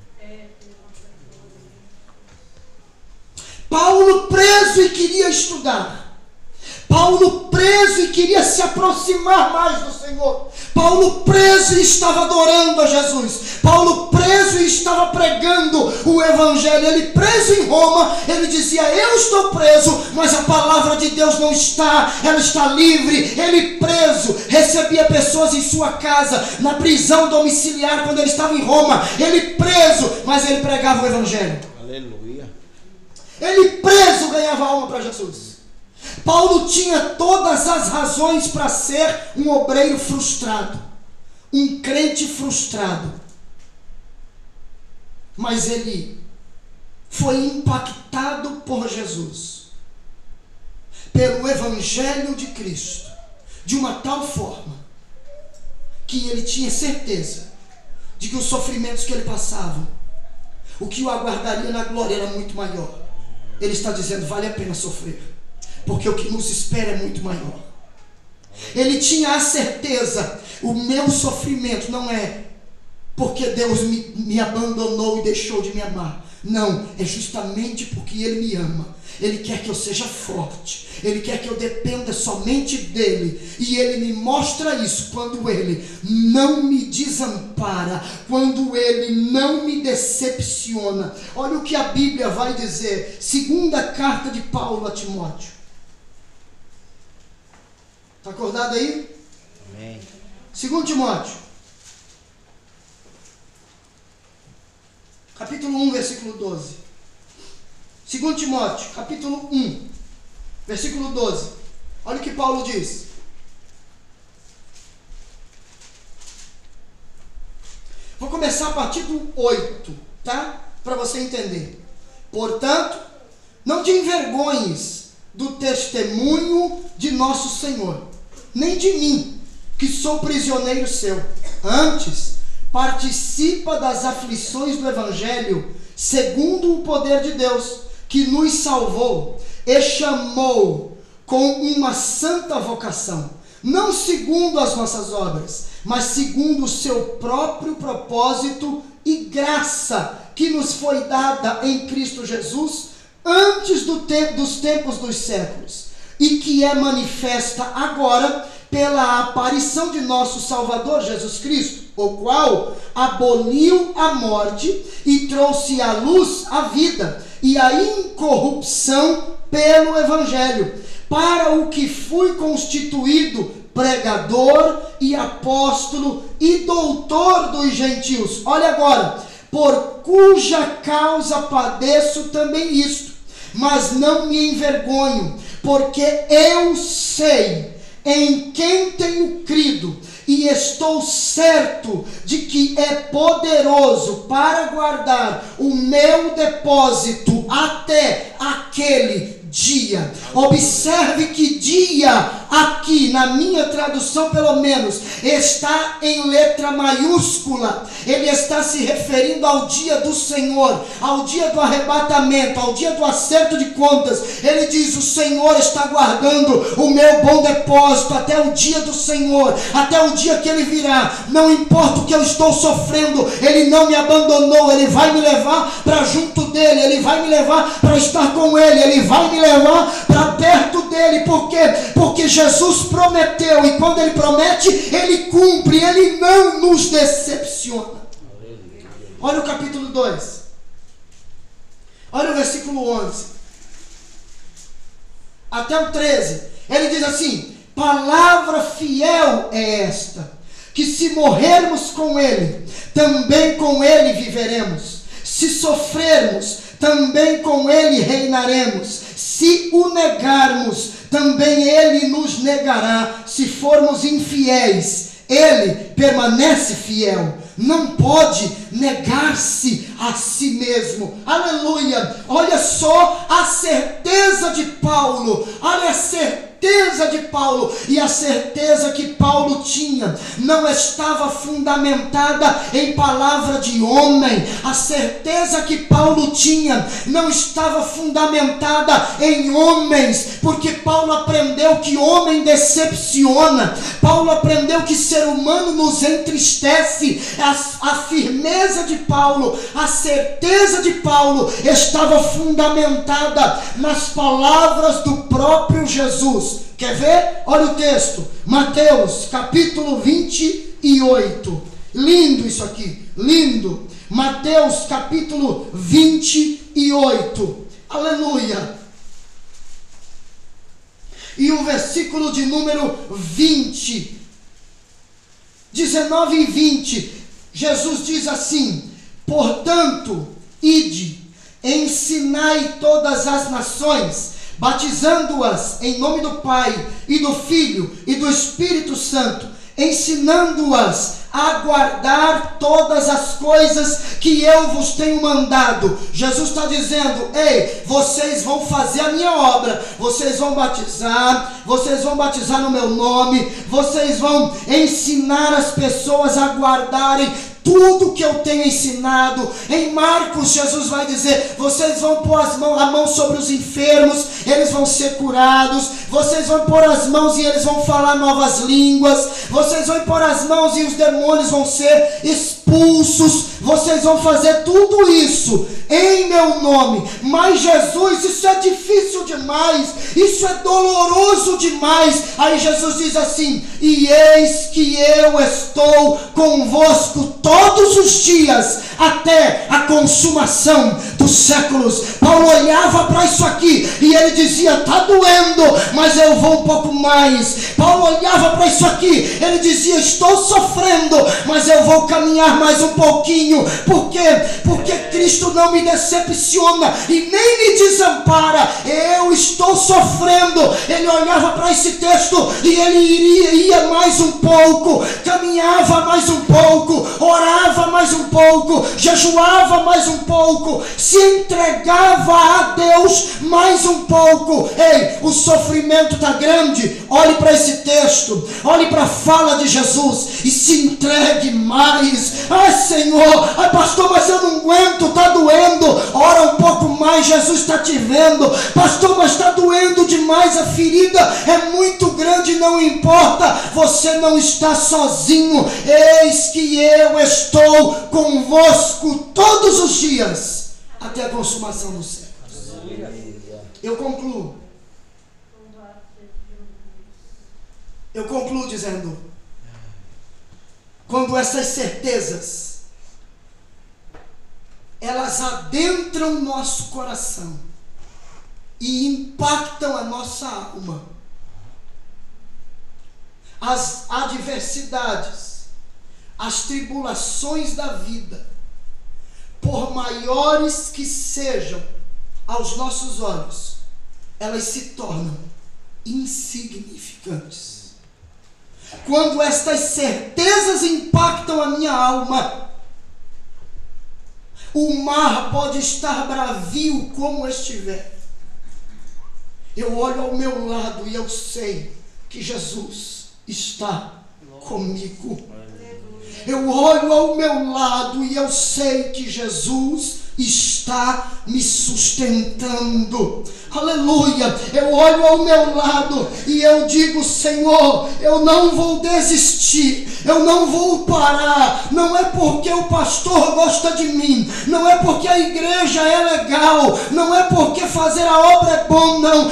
Paulo preso e queria estudar. Paulo preso e queria se aproximar mais do Senhor. Paulo preso e estava adorando a Jesus. Paulo preso e estava pregando o Evangelho. Ele preso em Roma, ele dizia: eu estou preso, mas a palavra de Deus não está, ela está livre. Ele preso, recebia pessoas em sua casa, na prisão domiciliar quando ele estava em Roma. Ele preso, mas ele pregava o Evangelho. Aleluia. Ele preso ganhava alma para Jesus. Paulo tinha todas as razões para ser um obreiro frustrado, um crente frustrado. Mas ele foi impactado por Jesus, pelo Evangelho de Cristo, de uma tal forma que ele tinha certeza de que os sofrimentos que ele passava, o que o aguardaria na glória era muito maior. Ele está dizendo: vale a pena sofrer, porque o que nos espera é muito maior. Ele tinha a certeza: o meu sofrimento não é porque Deus me abandonou e deixou de me amar. Não, é justamente porque Ele me ama. Ele quer que eu seja forte, Ele quer que eu dependa somente dEle, e Ele me mostra isso quando Ele não me desampara, quando Ele não me decepciona. Olha o que a Bíblia vai dizer, segunda carta de Paulo a Timóteo. Está acordado aí? Amém. 2 Timóteo, capítulo 1, versículo 12. 2 Timóteo, capítulo 1, versículo 12. Olha o que Paulo diz. Vou começar a partir do 8, tá? Para você entender. Portanto, não te envergonhes do testemunho de nosso Senhor, nem de mim, que sou prisioneiro seu. Antes, participa das aflições do Evangelho, segundo o poder de Deus, que nos salvou e chamou com uma santa vocação, não segundo as nossas obras, mas segundo o seu próprio propósito e graça, que nos foi dada em Cristo Jesus, antes dos tempos dos séculos, e que é manifesta agora pela aparição de nosso Salvador Jesus Cristo, o qual aboliu a morte e trouxe à luz a vida e a incorrupção pelo Evangelho, para o que fui constituído pregador e apóstolo e doutor dos gentios. Olha agora: por cuja causa padeço também isto, mas não me envergonho, porque eu sei em quem tenho crido, e estou certo de que é poderoso para guardar o meu depósito até aquele dia. Observe que dia aqui, na minha tradução pelo menos, está em letra maiúscula. Ele está se referindo ao dia do Senhor, ao dia do arrebatamento, ao dia do acerto de contas. Ele diz: o Senhor está guardando o meu bom depósito até o dia do Senhor, até o dia que Ele virá. Não importa o que eu estou sofrendo, Ele não me abandonou. Ele vai me levar para junto dEle, Ele vai me levar para estar com Ele, Ele vai me levar para perto dEle. Por quê? Porque Jesus prometeu, e quando Ele promete, Ele cumpre. Ele não nos decepciona. Olha o capítulo 2. Olha o versículo 11. até o 13, ele diz assim: palavra fiel é esta, que se morrermos com ele, também com ele viveremos. Se sofrermos, também com ele reinaremos. Se o negarmos, também ele nos negará. Se formos infiéis, ele permanece fiel. Não pode negar-se a si mesmo. Aleluia! Olha só a certeza de Paulo. Olha a certeza de Paulo. E a certeza que Paulo tinha não estava fundamentada em palavra de homem. A certeza que Paulo tinha não estava fundamentada em homens, porque Paulo aprendeu que homem decepciona. Paulo aprendeu que ser humano nos entristece. A firmeza de Paulo, a certeza de Paulo estava fundamentada nas palavras do próprio Jesus. Quer ver? Olha o texto, Mateus capítulo 28. Lindo isso aqui, lindo. Mateus capítulo 28. Aleluia. E o versículo de número 20, 19 e 20, Jesus diz assim: portanto, ide, ensinai todas as nações, batizando-as em nome do Pai, e do Filho, e do Espírito Santo, ensinando-as a guardar todas as coisas que eu vos tenho mandado. Jesus está dizendo: ei, vocês vão fazer a minha obra, vocês vão batizar no meu nome, vocês vão ensinar as pessoas a guardarem tudo que eu tenho ensinado. Em Marcos, Jesus vai dizer: vocês vão pôr a mão sobre os enfermos, eles vão ser curados. Vocês vão pôr as mãos e eles vão falar novas línguas. Vocês vão pôr as mãos e os demônios vão ser expulsos. Vocês vão fazer tudo isso em meu nome. Mas Jesus, isso é difícil demais, isso é doloroso demais. Aí Jesus diz assim: e eis que eu estou convosco todos os dias, até a consumação dos séculos. Paulo olhava para isso aqui e ele dizia: está doendo, mas eu vou um pouco mais. Paulo olhava para isso aqui, ele dizia: estou sofrendo, mas eu vou caminhar mais um pouquinho. Por quê? Porque Cristo não me decepciona e nem me desampara. Eu estou sofrendo. Ele olhava para esse texto e ele ia mais um pouco, caminhava mais um pouco, orava mais um pouco, jejuava mais um pouco, se entregava a Deus mais um pouco. Ei, o sofrimento está grande. Olhe para esse texto, olhe para a fala de Jesus e se entregue mais. Ai, Senhor, ai, pastor, mas eu não aguento, está doendo. Ora um pouco mais, Jesus está te vendo. Pastor, mas está doendo demais, a ferida é muito grande. Não importa, você não está sozinho. Eis que eu estou convosco todos os dias, até a consumação dos séculos. Eu concluo dizendo: quando essas certezas elas adentram o nosso coração e impactam a nossa alma, as adversidades, as tribulações da vida, por maiores que sejam aos nossos olhos, elas se tornam insignificantes. Quando estas certezas impactam a minha alma, o mar pode estar bravio como estiver. Eu olho ao meu lado e eu sei que Jesus está comigo. Eu olho ao meu lado e eu sei que Jesus está me sustentando. Aleluia. Eu olho ao meu lado e eu digo: Senhor, eu não vou desistir, eu não vou parar. Não é porque o pastor gosta de mim, não é porque a igreja é legal, não é porque fazer a obra é bom, não.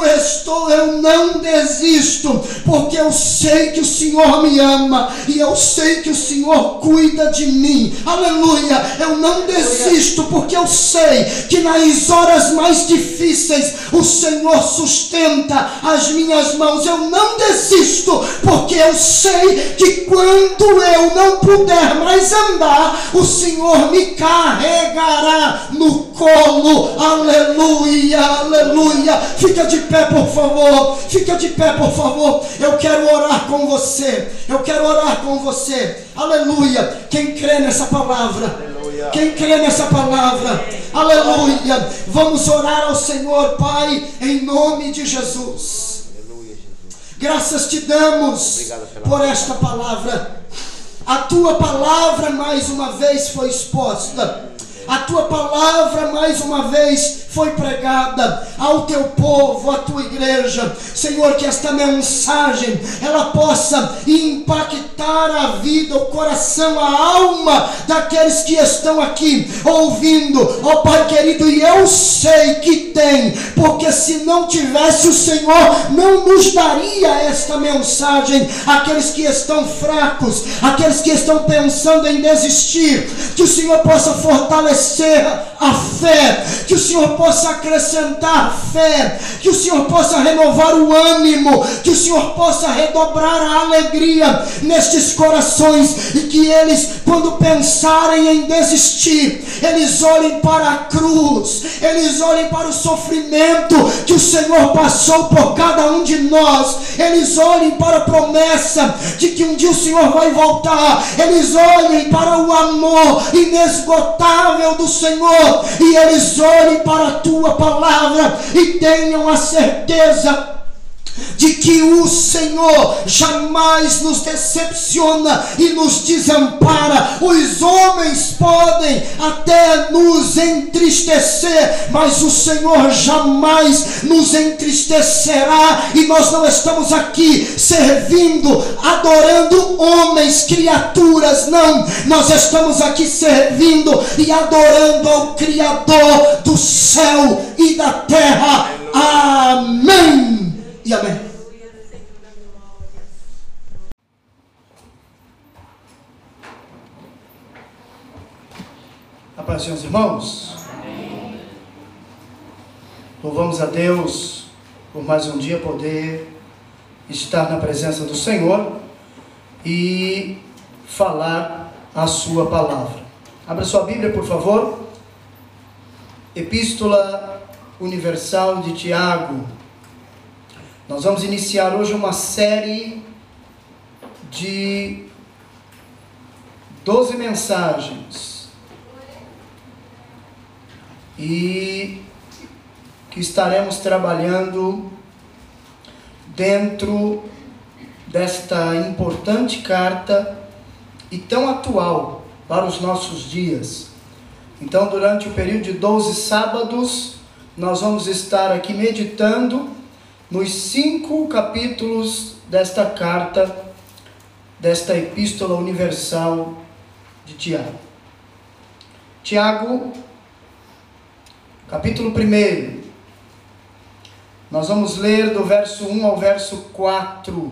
Eu não desisto, porque eu sei que o Senhor me ama, e eu sei que o Senhor cuida de mim. Aleluia. Eu não desisto, porque eu sei que nas horas mais difíceis o Senhor sustenta as minhas mãos. Eu não desisto, porque eu sei que quando eu não puder mais andar, o Senhor me carregará no colo. Aleluia, aleluia. Fica de pé, por favor. Fica de pé, por favor. Eu quero orar com você. Eu quero orar com você. Aleluia. Quem crê nessa palavra? Aleluia. Quem crê nessa palavra? Aleluia. Vamos orar ao Senhor, Pai, em nome de Jesus. Aleluia, Jesus. Graças te damos por esta palavra. A tua palavra mais uma vez foi exposta. A tua palavra mais uma vez foi pregada ao teu povo, à tua igreja. Senhor, que esta mensagem ela possa impactar a vida, o coração, a alma daqueles que estão aqui ouvindo, ó Pai querido. E eu sei que tem, porque se não tivesse, o Senhor não nos daria esta mensagem. Aqueles que estão fracos, aqueles que estão pensando em desistir, que o Senhor possa fortalecer a fé, que o Senhor possa acrescentar fé, que o Senhor possa renovar o ânimo, que o Senhor possa redobrar a alegria nestes corações, e que eles, quando pensarem em desistir, eles olhem para a cruz, eles olhem para o sofrimento que o Senhor passou por cada um de nós, eles olhem para a promessa de que um dia o Senhor vai voltar, eles olhem para o amor inesgotável do Senhor, e eles olhem para a tua palavra e tenham a certeza de que o Senhor jamais nos decepciona e nos desampara. Os homens podem até nos entristecer, mas o Senhor jamais nos entristecerá. E nós não estamos aqui servindo, adorando homens, criaturas, não. Nós estamos aqui servindo e adorando ao Criador do céu e da terra. Amém e amém. A paz, meus irmãos. Amém. Louvamos a Deus por mais um dia poder estar na presença do Senhor e falar a sua palavra. Abra sua Bíblia, por favor. Epístola Universal de Tiago. Nós vamos iniciar hoje uma série de 12 mensagens e que estaremos trabalhando dentro desta importante carta e tão atual para os nossos dias. Então, durante o período de 12 sábados, nós vamos estar aqui meditando nos 5 capítulos desta carta, desta Epístola Universal de Tiago. Tiago, capítulo 1. Nós vamos ler do verso 1 ao verso 4.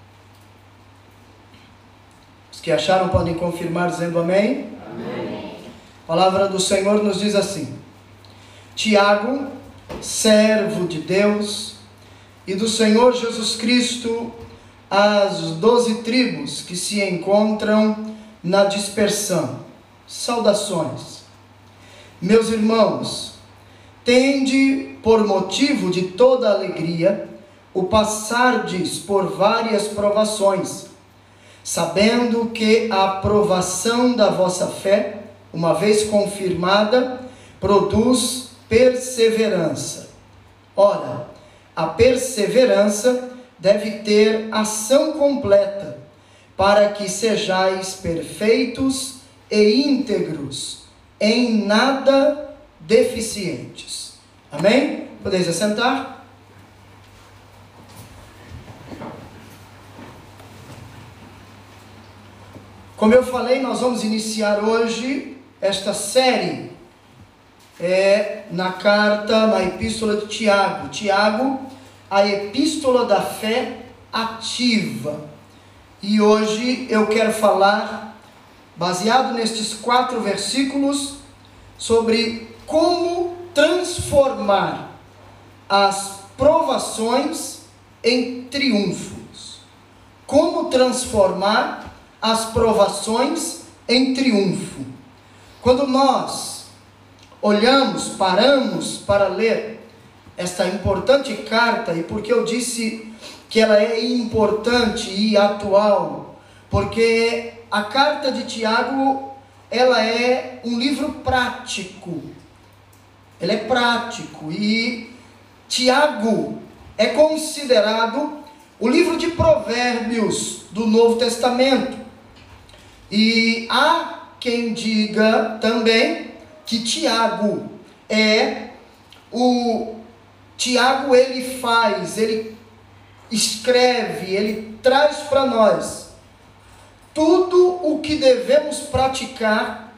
Os que acharam podem confirmar dizendo amém. Amém. A palavra do Senhor nos diz assim: Tiago, servo de Deus e do Senhor Jesus Cristo, às 12 tribos que se encontram na dispersão, saudações. Meus irmãos, tende por motivo de toda alegria o passardes por várias provações, sabendo que a aprovação da vossa fé, uma vez confirmada, produz perseverança. Ora, a perseverança deve ter ação completa, para que sejais perfeitos e íntegros, em nada deficientes. Amém? Podeis assentar? Como eu falei, nós vamos iniciar hoje esta série é na epístola de Tiago. Tiago, a epístola da fé ativa. E hoje eu quero falar, baseado nestes 4 versículos, sobre como transformar as provações em triunfos. Como transformar as provações em triunfo. Quando nós paramos para ler esta importante carta, e por que eu disse que ela é importante e atual? Porque a carta de Tiago, ela é um livro prático. Ele é prático, e Tiago é considerado o livro de Provérbios do Novo Testamento. E há quem diga também que Tiago ele escreve, ele traz para nós tudo o que devemos praticar,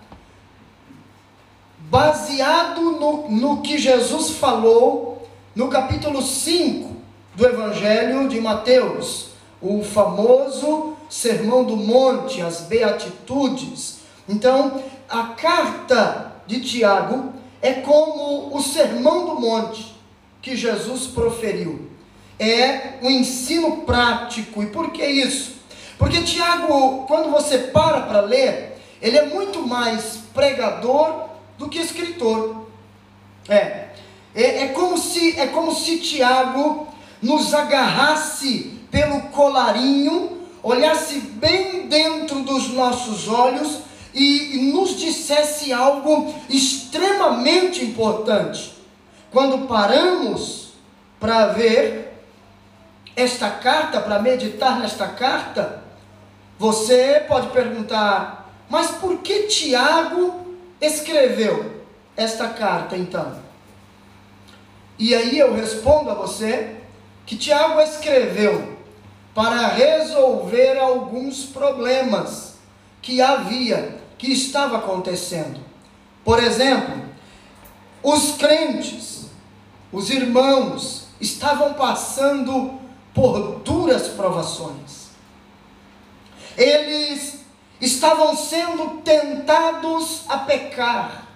baseado no que Jesus falou no capítulo 5 do Evangelho de Mateus, o famoso Sermão do Monte, as Beatitudes. Então, a carta de Tiago é como o Sermão do Monte que Jesus proferiu. É um ensino prático. E por que isso? Porque Tiago, quando você para ler, ele é muito mais pregador do que escritor. É como se Tiago nos agarrasse pelo colarinho, olhasse bem dentro dos nossos olhos e nos dissesse algo extremamente importante. Quando paramos para ver esta carta, para meditar nesta carta, você pode perguntar: mas por que Tiago escreveu esta carta então? E aí eu respondo a você que Tiago escreveu para resolver alguns problemas que estava acontecendo. Por exemplo, os crentes, os irmãos, estavam passando por duras provações. Eles estavam sendo tentados a pecar.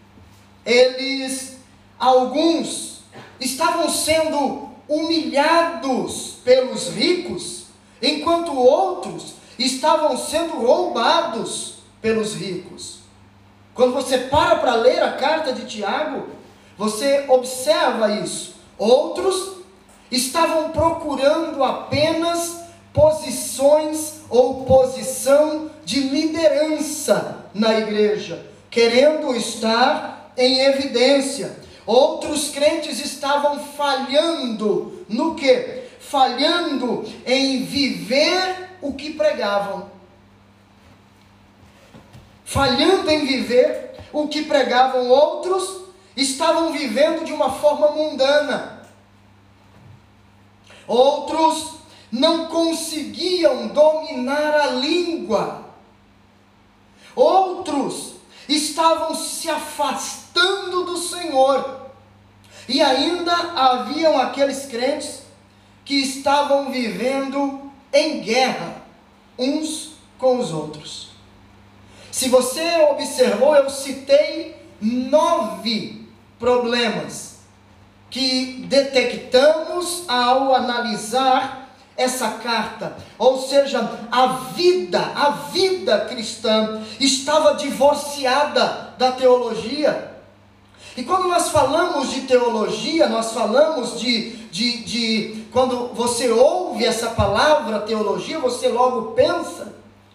Alguns estavam sendo humilhados pelos ricos, enquanto outros estavam sendo roubados pelos ricos. Quando você para ler a carta de Tiago, você observa isso. Outros estavam procurando apenas posições ou posição de liderança na igreja, querendo estar em evidência. Outros crentes estavam falhando no quê? Falhando em viver o que pregavam. Falhando em viver o que pregavam. Outros estavam vivendo de uma forma mundana. Outros não conseguiam dominar a língua. Outros estavam se afastando do Senhor. E ainda haviam aqueles crentes que estavam vivendo em guerra uns com os outros. Se você observou, eu citei 9 problemas que detectamos ao analisar essa carta. Ou seja, a vida cristã estava divorciada da teologia. E quando nós falamos de teologia, nós falamos quando você ouve essa palavra teologia, você logo pensa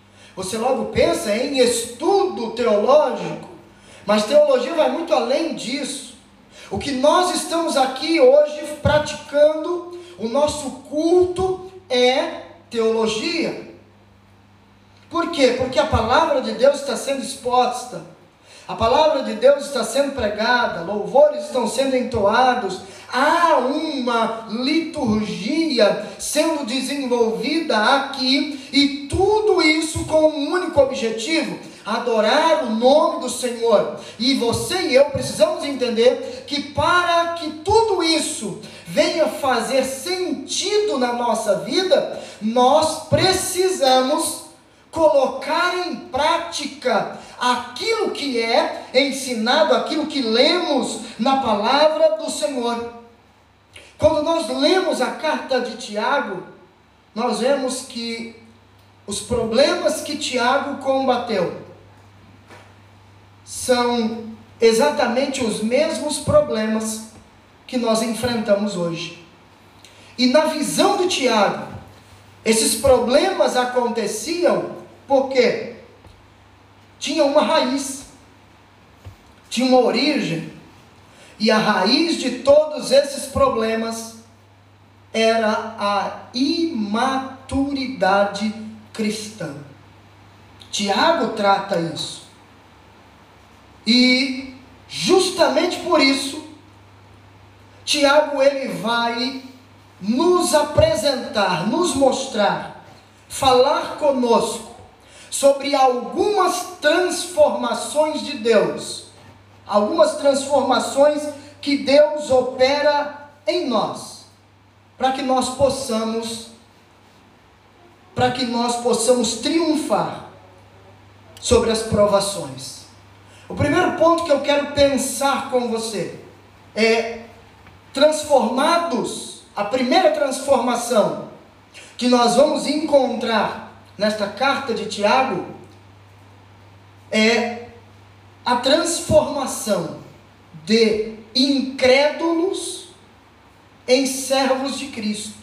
em estudo teológico. Mas teologia vai muito além disso. O que nós estamos aqui hoje praticando, o nosso culto é teologia. Por quê? Porque a palavra de Deus está sendo exposta. A palavra de Deus está sendo pregada, louvores estão sendo entoados, há uma liturgia sendo desenvolvida aqui, e tudo isso com um único objetivo: adorar o nome do Senhor. E você e eu precisamos entender que para que tudo isso venha fazer sentido na nossa vida, nós precisamos colocar em prática aquilo que é ensinado, aquilo que lemos na palavra do Senhor. Quando nós lemos a carta de Tiago, nós vemos que os problemas que Tiago combateu são exatamente os mesmos problemas que nós enfrentamos hoje. E na visão de Tiago, esses problemas aconteciam porque tinha uma raiz, tinha uma origem, e a raiz de todos esses problemas era a imaturidade cristã. Tiago trata isso. E justamente por isso, Tiago ele vai nos apresentar, nos mostrar, falar conosco sobre algumas transformações de Deus, algumas transformações que Deus opera em nós, para que nós possamos triunfar sobre as provações. O primeiro ponto que eu quero pensar com você é transformados. A primeira transformação que nós vamos encontrar nesta carta de Tiago é a transformação de incrédulos em servos de Cristo.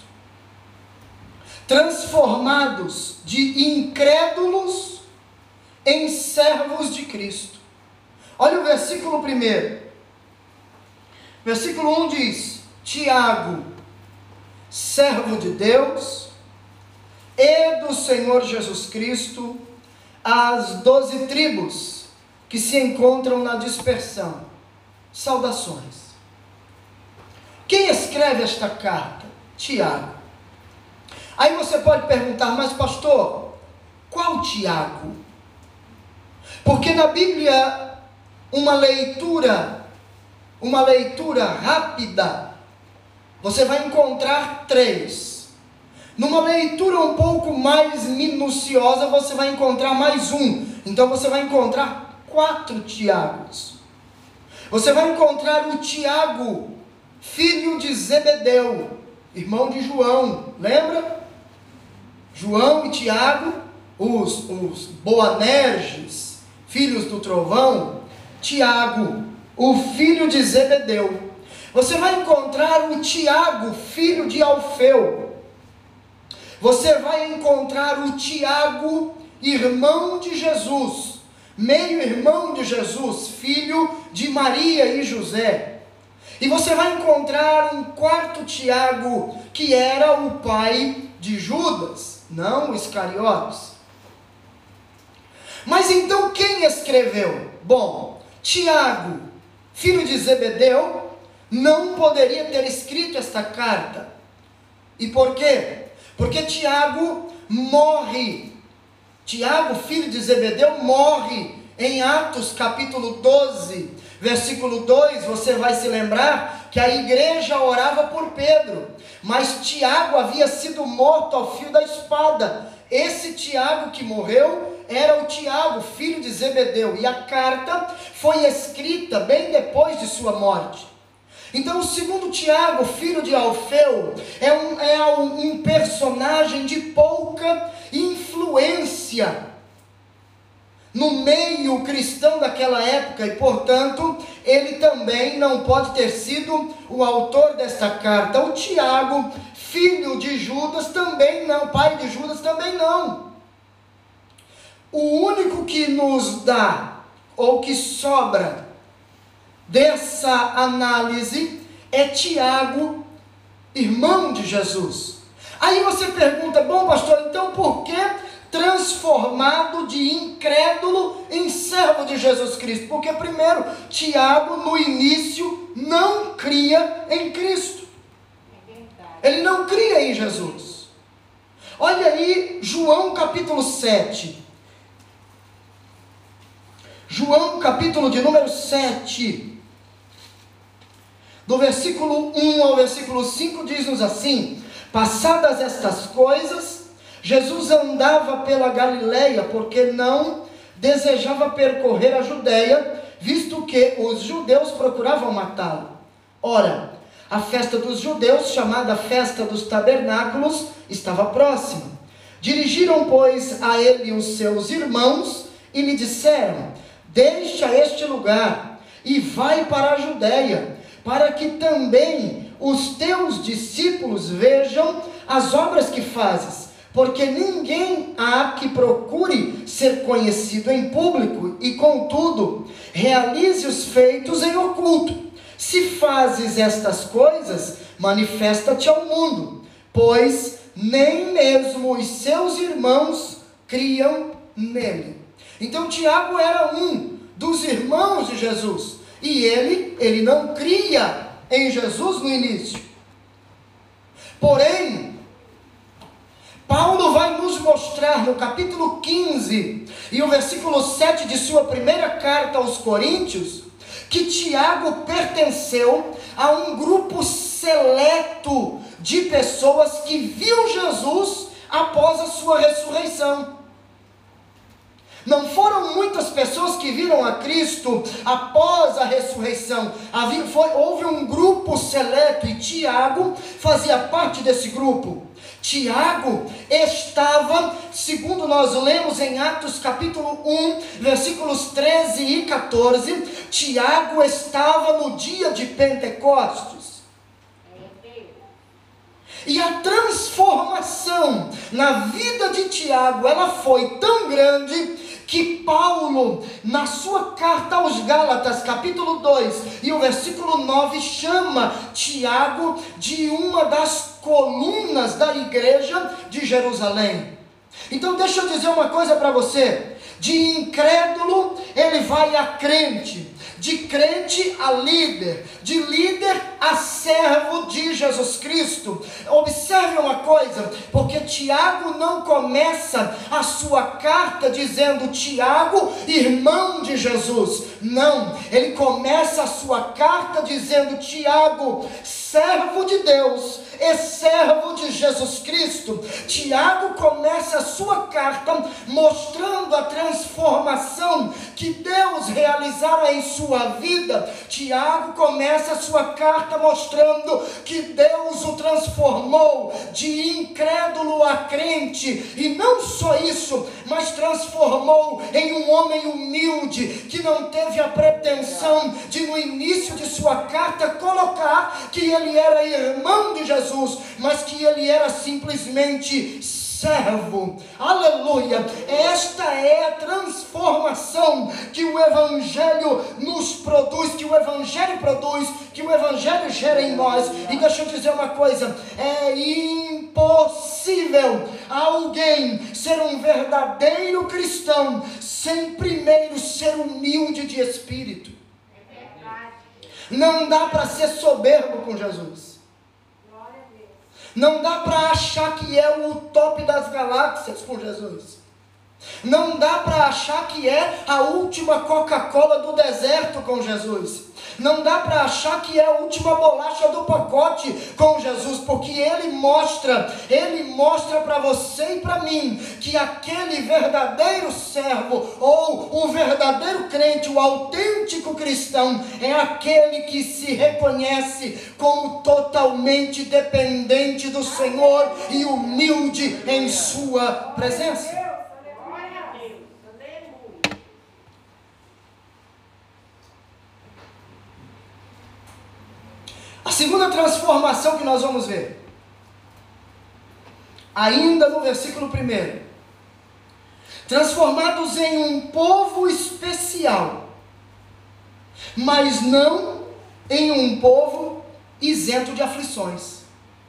Transformados de incrédulos em servos de Cristo. Olha o versículo 1. Versículo 1 diz: Tiago, servo de Deus e do Senhor Jesus Cristo, às 12 tribos que se encontram na dispersão, saudações. Quem escreve esta carta? Tiago. Aí você pode perguntar, mas pastor, qual Tiago? Porque na Bíblia, uma leitura rápida, você vai encontrar 3. Numa leitura um pouco mais minuciosa, você vai encontrar mais 1. Então você vai encontrar 4 Tiagos. Você vai encontrar o Tiago, filho de Zebedeu, irmão de João, lembra? João e Tiago, os Boanerges, filhos do trovão. Tiago, o filho de Zebedeu. Você vai encontrar o Tiago, filho de Alfeu. Você vai encontrar o Tiago, irmão de Jesus, meio-irmão de Jesus, filho de Maria e José. E você vai encontrar um 4º Tiago, que era o pai de Judas, não Iscariotes. Mas então quem escreveu? Bom, Tiago, filho de Zebedeu, não poderia ter escrito esta carta. E por quê? Porque Tiago morre. Tiago, filho de Zebedeu, morre em Atos capítulo 12, versículo 2. Você vai se lembrar que a igreja orava por Pedro, mas Tiago havia sido morto ao fio da espada. Esse Tiago que morreu era o Tiago, filho de Zebedeu, e a carta foi escrita bem depois de sua morte. Então o 2º Tiago, filho de Alfeu, é um personagem de pouca influência no meio cristão daquela época, e portanto ele também não pode ter sido o autor desta carta. O Tiago, filho de Judas, também não, pai de Judas também não. O único que nos dá, ou que sobra dessa análise, é Tiago, irmão de Jesus. Aí você pergunta, bom pastor, então por que transformado de incrédulo em servo de Jesus Cristo? Porque primeiro, Tiago no início não cria em Cristo. Ele não cria em Jesus. Olha aí João capítulo 7. João capítulo de número 7, do versículo 1 ao versículo 5, diz-nos assim: passadas estas coisas, Jesus andava pela Galileia, porque não desejava percorrer a Judeia, visto que os judeus procuravam matá-lo. Ora, a festa dos judeus, chamada Festa dos Tabernáculos, estava próxima. Dirigiram, pois, a ele os seus irmãos e lhe disseram: deixa este lugar e vai para a Judeia, para que também os teus discípulos vejam as obras que fazes, porque ninguém há que procure ser conhecido em público, e contudo realize os feitos em oculto. Se fazes estas coisas, manifesta-te ao mundo, pois nem mesmo os seus irmãos criam nele. Então Tiago era um dos irmãos de Jesus, e ele não cria em Jesus no início. Porém, Paulo vai nos mostrar no capítulo 15 e o versículo 7 de sua primeira carta aos Coríntios, que Tiago pertenceu a um grupo seleto de pessoas que viu Jesus após a sua ressurreição. Não foram muitas pessoas que viram a Cristo após a ressurreição. Houve um grupo seleto, e Tiago fazia parte desse grupo. Tiago estava, segundo nós lemos em Atos capítulo 1, versículos 13 e 14, Tiago estava no dia de Pentecostes. E a transformação na vida de Tiago, ela foi tão grande, que Paulo, na sua carta aos Gálatas, capítulo 2, e o versículo 9, chama Tiago de uma das colunas da igreja de Jerusalém. Então deixa eu dizer uma coisa para você: de incrédulo ele vai a crente, de crente a líder, de líder a servo de Jesus Cristo. Observe uma coisa, porque Tiago não começa a sua carta dizendo Tiago, irmão de Jesus. Não, ele começa a sua carta dizendo Tiago, servo de Deus e servo de Jesus Cristo. Tiago começa a sua carta mostrando a transformação que Deus realizara em sua vida. Tiago começa a sua carta mostrando que Deus o transformou de incrédulo a crente, e não só isso, mas transformou em um homem humilde, que não teve a pretensão de no início de sua carta colocar que ele era irmão de Jesus, mas que ele era simplesmente servo. Aleluia! Esta é a transformação que o Evangelho nos produz, que o Evangelho produz, que o Evangelho gera em nós. E deixa eu dizer uma coisa: é impossível alguém ser um verdadeiro cristão sem primeiro ser humilde de espírito. Não dá para ser soberbo com Jesus. Não dá para achar que é o top das galáxias com Jesus. Não dá para achar que é a última Coca-Cola do deserto com Jesus. Não dá para achar que é a última bolacha do pacote com Jesus, porque Ele mostra para você e para mim, que aquele verdadeiro servo, ou o verdadeiro crente, o autêntico cristão, é aquele que se reconhece como totalmente dependente do Senhor e humilde em sua presença. A segunda transformação que nós vamos ver, ainda no versículo 1: transformados em um povo especial, mas não em um povo isento de aflições.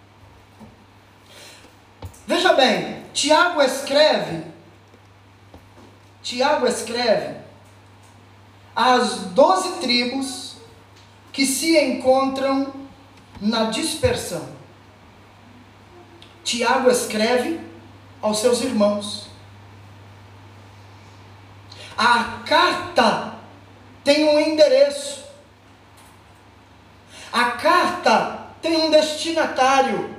Veja bem, Tiago escreve às 12 tribos que se encontram na dispersão. Tiago escreve aos seus irmãos. A carta tem um endereço. A carta tem um destinatário.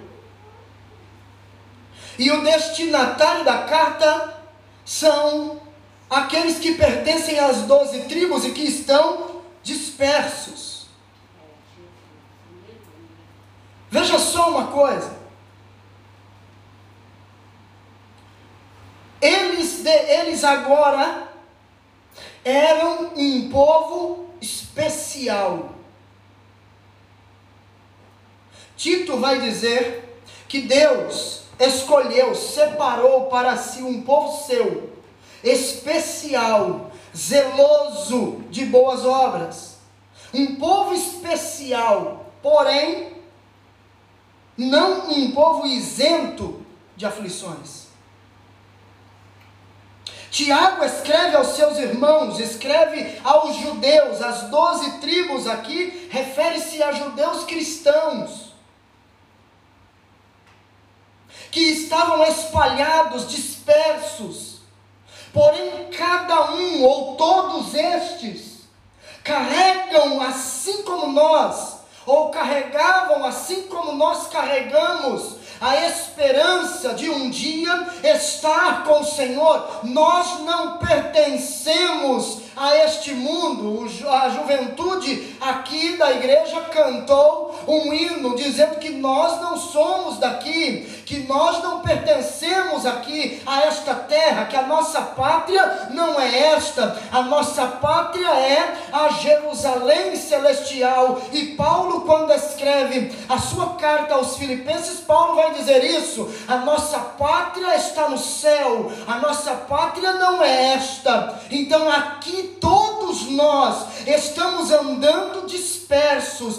E o destinatário da carta são aqueles que pertencem às 12 tribos e que estão dispersos. Veja só uma coisa. Eles agora eram um povo especial. Tito vai dizer que Deus escolheu, separou para si um povo seu, especial, zeloso de boas obras. Um povo especial, porém, não um povo isento de aflições. Tiago escreve aos seus irmãos, escreve aos judeus, as 12 tribos aqui, refere-se a judeus cristãos, que estavam espalhados, dispersos, porém cada um ou todos estes carregam assim como nós, ou carregavam assim como nós carregamos, a esperança de um dia estar com o Senhor. Nós não pertencemos a este mundo. A juventude aqui da igreja cantou um hino dizendo que nós não somos daqui, que nós não pertencemos aqui a esta terra, que a nossa pátria não é esta, a nossa pátria é a Jerusalém celestial. E Paulo, quando escreve a sua carta aos Filipenses, Paulo vai dizer isso: a nossa pátria está no céu, a nossa pátria não é esta. Então aqui todos nós estamos andando dispersos,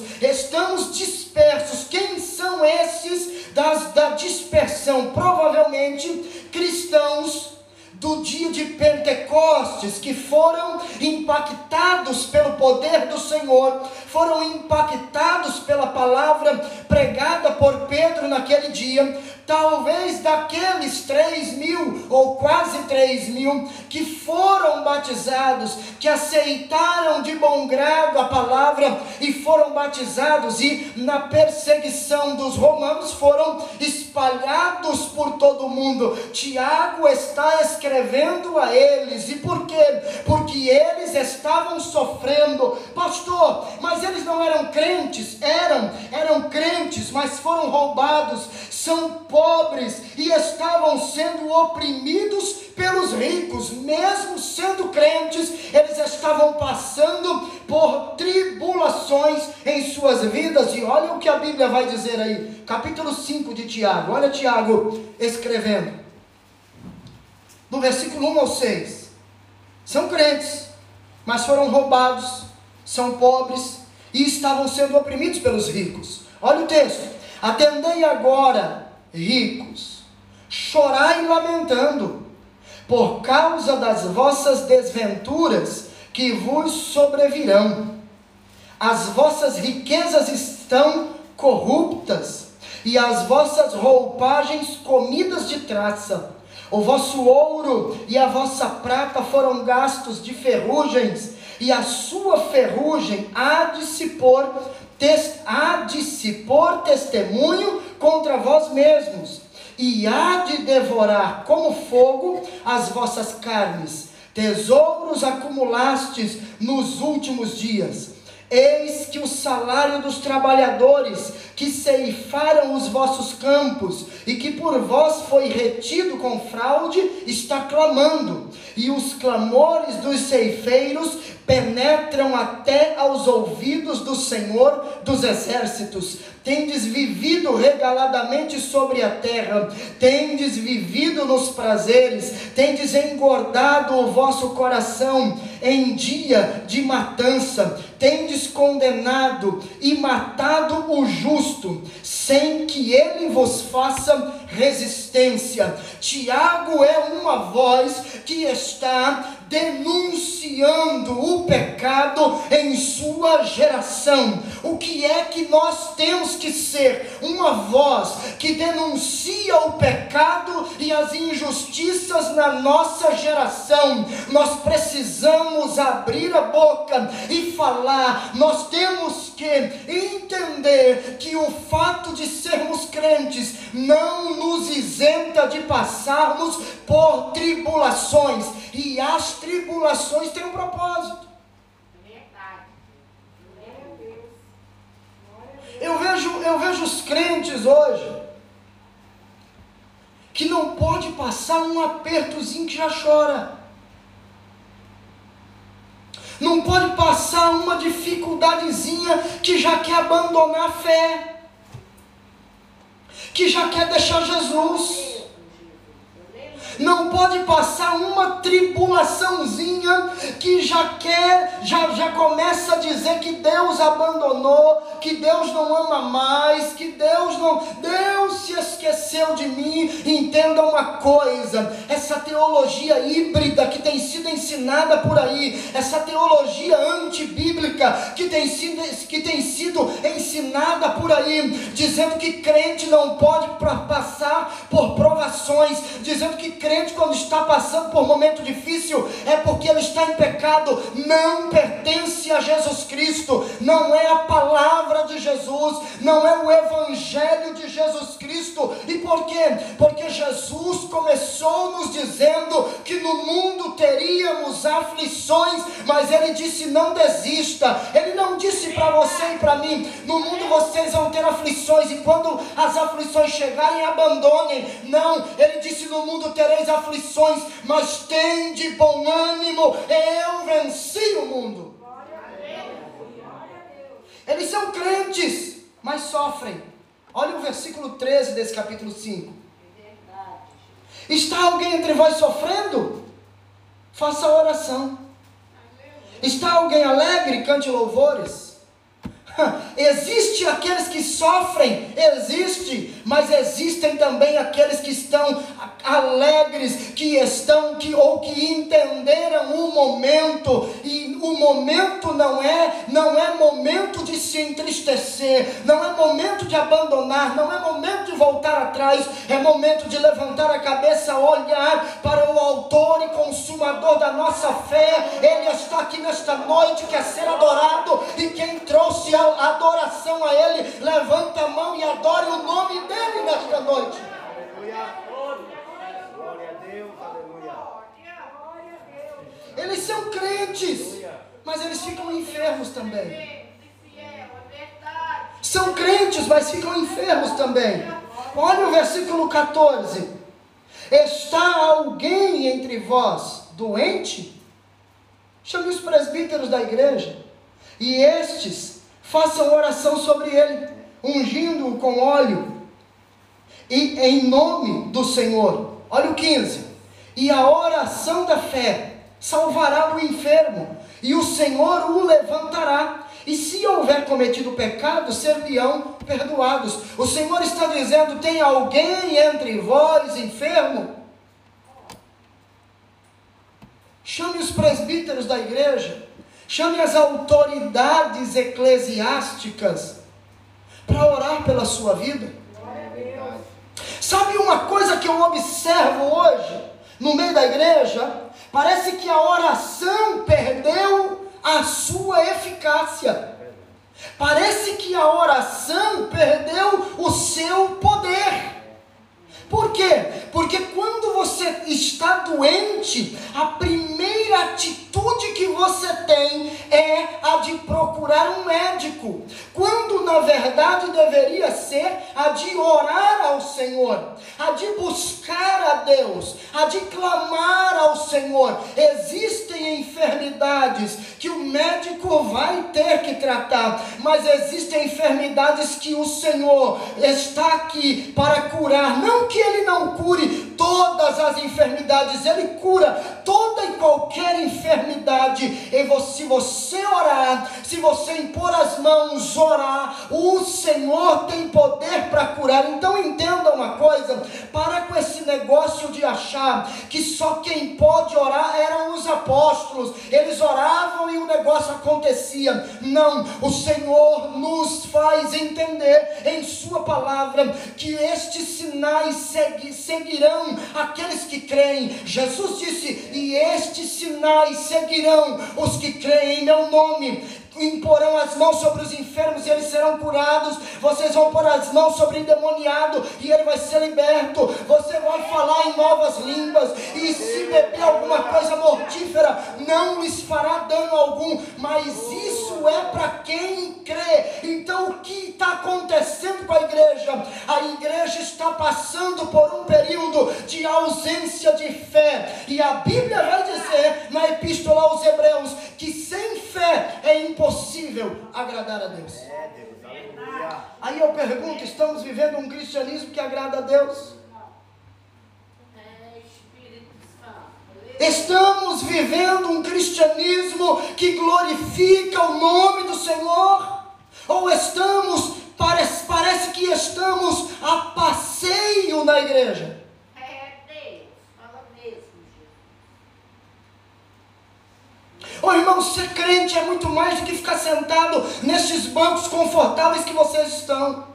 Quem são esses da dispersão? Provavelmente cristãos do dia de Pentecostes, que foram impactados pelo poder do Senhor, foram impactados pela palavra pregada por Pedro naquele dia. Talvez daqueles 3.000 ou quase 3.000 que foram batizados, que aceitaram de bom grado a palavra e foram batizados, e na perseguição dos romanos foram espalhados por todo o mundo. Tiago está escrevendo a eles. E por quê? Porque eles estavam sofrendo. Pastor, mas eles não eram crentes? Eram crentes, mas foram roubados, são pobres e estavam sendo oprimidos pelos ricos. Mesmo sendo crentes, eles estavam passando por tribulações em suas vidas. E olha o que a Bíblia vai dizer aí, capítulo 5 de Tiago. Olha Tiago escrevendo, do versículo 1 ao 6. São crentes, mas foram roubados, são pobres e estavam sendo oprimidos pelos ricos. Olha o texto: atendei agora, ricos, chorai lamentando, por causa das vossas desventuras que vos sobrevirão. As vossas riquezas estão corruptas, e as vossas roupagens comidas de traça. O vosso ouro e a vossa prata foram gastos de ferrugens, e a sua ferrugem há de se pôr testemunho contra vós mesmos, e há de devorar como fogo as vossas carnes. Tesouros acumulastes nos últimos dias. Eis que o salário dos trabalhadores que ceifaram os vossos campos e que por vós foi retido com fraude está clamando, e os clamores dos ceifeiros penetram até aos ouvidos do Senhor dos exércitos. Tendes vivido regaladamente sobre a terra, tendes vivido nos prazeres, tendes engordado o vosso coração em dia de matança, tendes condenado e matado o justo, sem que ele vos faça resistência. Tiago é uma voz que está denunciando o pecado em sua geração. O que é que nós temos que ser? Uma voz que denuncia o pecado e as injustiças na nossa geração. Nós precisamos abrir a boca e falar. Nós temos que entender que o fato de sermos crentes não nos isenta de passarmos por tribulações, e as tribulações têm um propósito. Eu vejo os crentes hoje que não pode passar um apertozinho que já chora, não pode passar uma dificuldadezinha que já quer abandonar a fé, que já quer deixar Jesus. Não pode passar uma tribulaçãozinha que já começa a dizer que Deus abandonou, que Deus não ama mais, que Deus se esqueceu de mim. Entenda uma coisa: essa teologia híbrida que tem sido ensinada por aí, essa teologia antibíblica que tem sido ensinada por aí, dizendo que crente não pode passar por provações, dizendo que crente, quando está passando por um momento difícil, é porque ele está em pecado, não pertence a Jesus Cristo, não é a palavra de Jesus, não é o evangelho de Jesus Cristo. E por quê? Porque Jesus começou nos dizendo que no mundo teríamos aflições, mas ele disse: não desista. Ele não disse para você e para mim: no mundo vocês vão ter aflições, e quando as aflições chegarem, abandonem. Não, ele disse: no mundo tereis aflições, mas tem de bom ânimo, eu venci o mundo. Eles são crentes, mas sofrem. Olha o versículo 13 desse capítulo 5. Está alguém entre vós sofrendo? Faça oração. Está alguém alegre? Cante louvores. Existe aqueles que sofrem, existe, mas existem também aqueles que estão alegres, que entenderam o momento, e o momento não é momento de se entristecer, não é momento de abandonar, não é momento de voltar atrás, é momento de levantar a cabeça, olhar para o autor e consumador da nossa fé. Ele está aqui nesta noite, quer ser adorado, e quem trouxe a adoração a Ele, levanta a mão e adore o nome dEle nesta noite. Aleluia. Glória a Deus, aleluia. Eles são crentes, mas eles ficam enfermos também. São crentes, mas ficam enfermos também. Olha o versículo 14. Está alguém entre vós doente? Chame os presbíteros da igreja, e estes façam oração sobre ele, ungindo-o com óleo, e em nome do Senhor. Olha o 15. E a oração da fé salvará o enfermo, e o Senhor o levantará. E se houver cometido pecado, ser-lhe-ão perdoados. O Senhor está dizendo: tem alguém entre vós enfermo? Chame os presbíteros da igreja, chame as autoridades eclesiásticas para orar pela sua vida. Sabe uma coisa que eu observo hoje no meio da igreja? Parece que a oração perdeu a sua eficácia. Parece que a oração perdeu o seu poder. Por quê? Porque quando você está doente, a primeira atitude que você tem é a de procurar um médico, quando na verdade deveria ser a de orar ao Senhor, a de buscar a Deus, a de clamar ao Senhor. Existem enfermidades que o médico Paulo vai ter que tratar, mas existem enfermidades que o Senhor está aqui para curar. Não que Ele não cure todas as enfermidades, Ele cura toda e qualquer enfermidade. E se você orar, se você impor as mãos, orar, o Senhor tem poder para curar. Então entenda uma coisa, para com esse negócio de achar que só quem pode orar eram os apóstolos. Eles oravam e o negócio acontecia. Não, o Senhor nos faz entender em sua palavra que estes sinais seguirão aqueles que creem. Jesus disse: e estes sinais seguirão os que creem em meu nome. Imporão as mãos sobre os enfermos e eles serão curados. Vocês vão pôr as mãos sobre o endemoniado e ele vai ser liberto. Você vai falar em novas línguas, e se beber alguma coisa mortífera não lhes fará dano algum. Mas isso é para quem crê. Então o que está acontecendo com a igreja? A igreja está passando por um período de ausência de fé, e a Bíblia vai dizer na epístola aos Hebreus que sem fé é impossível agradar a Deus. Aí eu pergunto, estamos vivendo um cristianismo que agrada a Deus? Estamos vivendo um cristianismo que glorifica o nome do Senhor? Ou estamos, parece que estamos a passeio na igreja? Ô irmão, ser crente é muito mais do que ficar sentado nesses bancos confortáveis que vocês estão.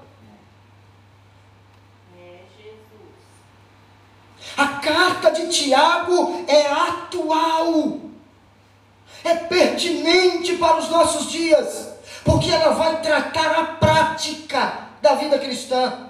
A carta de Tiago é atual, é pertinente para os nossos dias, porque ela vai tratar a prática da vida cristã.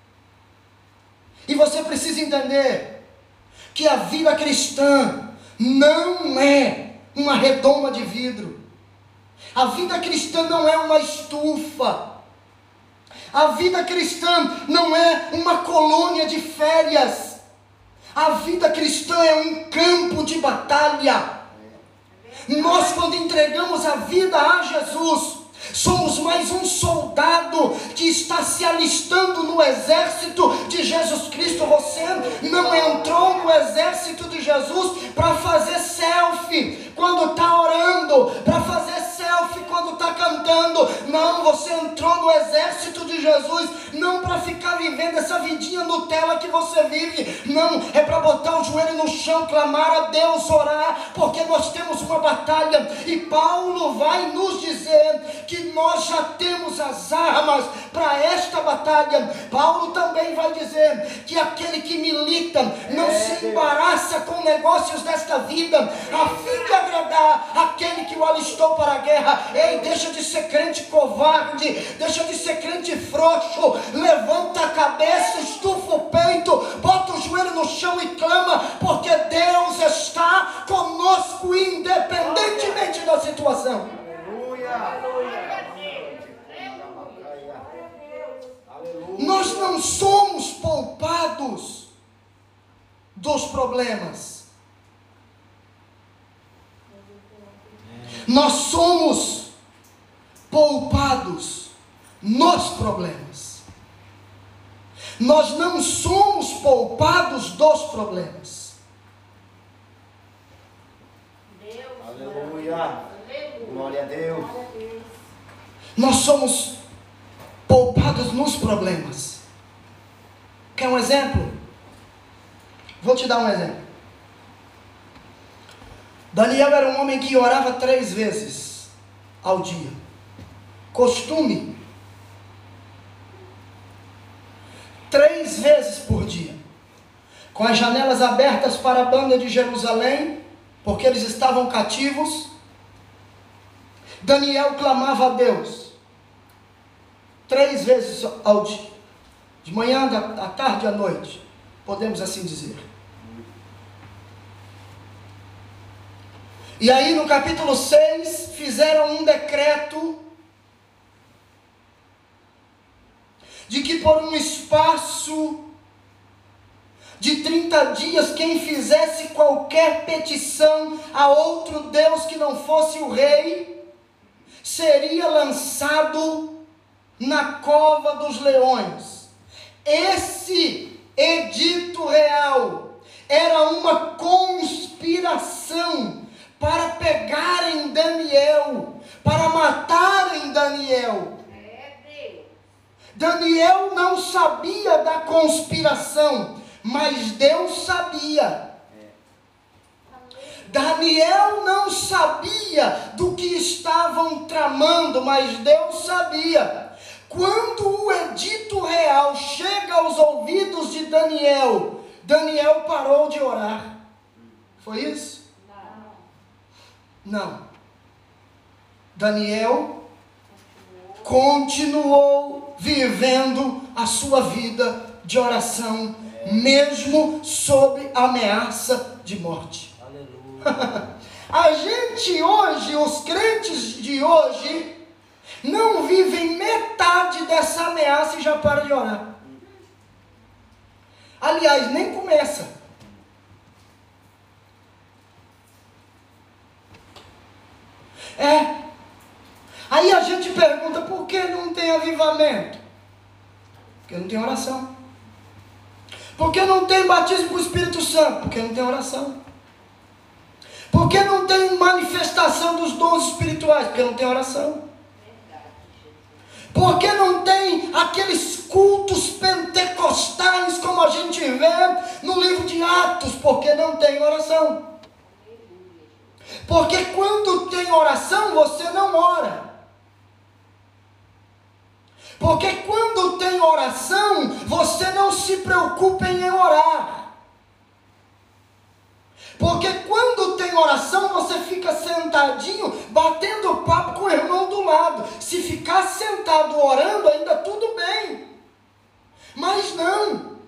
E você precisa entender que a vida cristã não é uma redoma de vidro. A vida cristã não é uma estufa. A vida cristã não é uma colônia de férias. A vida cristã é um campo de batalha. Nós, quando entregamos a vida a Jesus, somos mais um soldado que está se alistando no exército de Jesus Cristo. Você não entrou no exército de Jesus para fazer selfie quando está orando, para fazer selfie quando está cantando. Não, você entrou no exército de Jesus não para ficar vivendo essa vidinha Nutella que você vive. Não, é para botar o joelho no chão, clamar a Deus, orar, porque nós temos uma batalha. E Paulo vai nos dizer que nós já temos as armas para esta batalha. Paulo também vai dizer que aquele que milita não se embaraça com negócios desta vida, a fim de agradar aquele que o alistou para a guerra. Ei, deixa de ser crente covarde, deixa de ser crente frouxo, levanta a cabeça, estufa o peito, bota o joelho no chão e clama, porque Deus está conosco independentemente da situação. Nós não somos poupados dos problemas. Nós somos poupados nos problemas. Nós não somos poupados dos problemas. Aleluia. Glória a Deus. Nós somos poupados nos problemas. Quer um exemplo? Vou te dar um exemplo. Daniel era um homem que orava 3 vezes ao dia. Costume. 3 vezes por dia. Com as janelas abertas para a banda de Jerusalém, porque eles estavam cativos. Daniel clamava a Deus 3 vezes ao dia, de manhã, à tarde e à noite, podemos assim dizer. E aí no capítulo 6, fizeram um decreto de que por um espaço de 30 dias, quem fizesse qualquer petição a outro Deus que não fosse o rei, seria lançado na cova dos leões. Esse edito real era uma conspiração para pegarem Daniel, para matarem Daniel. Daniel não sabia da conspiração, mas Deus sabia. Daniel não sabia do que estavam tramando, mas Deus sabia. Quando o edito real chega aos ouvidos de Daniel, Daniel parou de orar. Foi isso? Não. Daniel continuou vivendo a sua vida de oração, mesmo sob ameaça de morte. A gente hoje, os crentes de hoje, não vivem metade dessa ameaça e já para de orar. Aliás, nem começa. Aí a gente pergunta, por que não tem avivamento? Porque não tem oração. Por que não tem batismo com o Espírito Santo? Porque não tem oração. Por que não tem manifestação dos dons espirituais? Porque não tem oração. Por que não tem aqueles cultos pentecostais como a gente vê no livro de Atos? Porque não tem oração. Porque quando tem oração, você não ora. Porque quando tem oração, você não se preocupa em orar. Porque quando tem oração, você fica sentadinho, batendo papo com o irmão do lado. Se ficar sentado orando, ainda tudo bem. Mas não.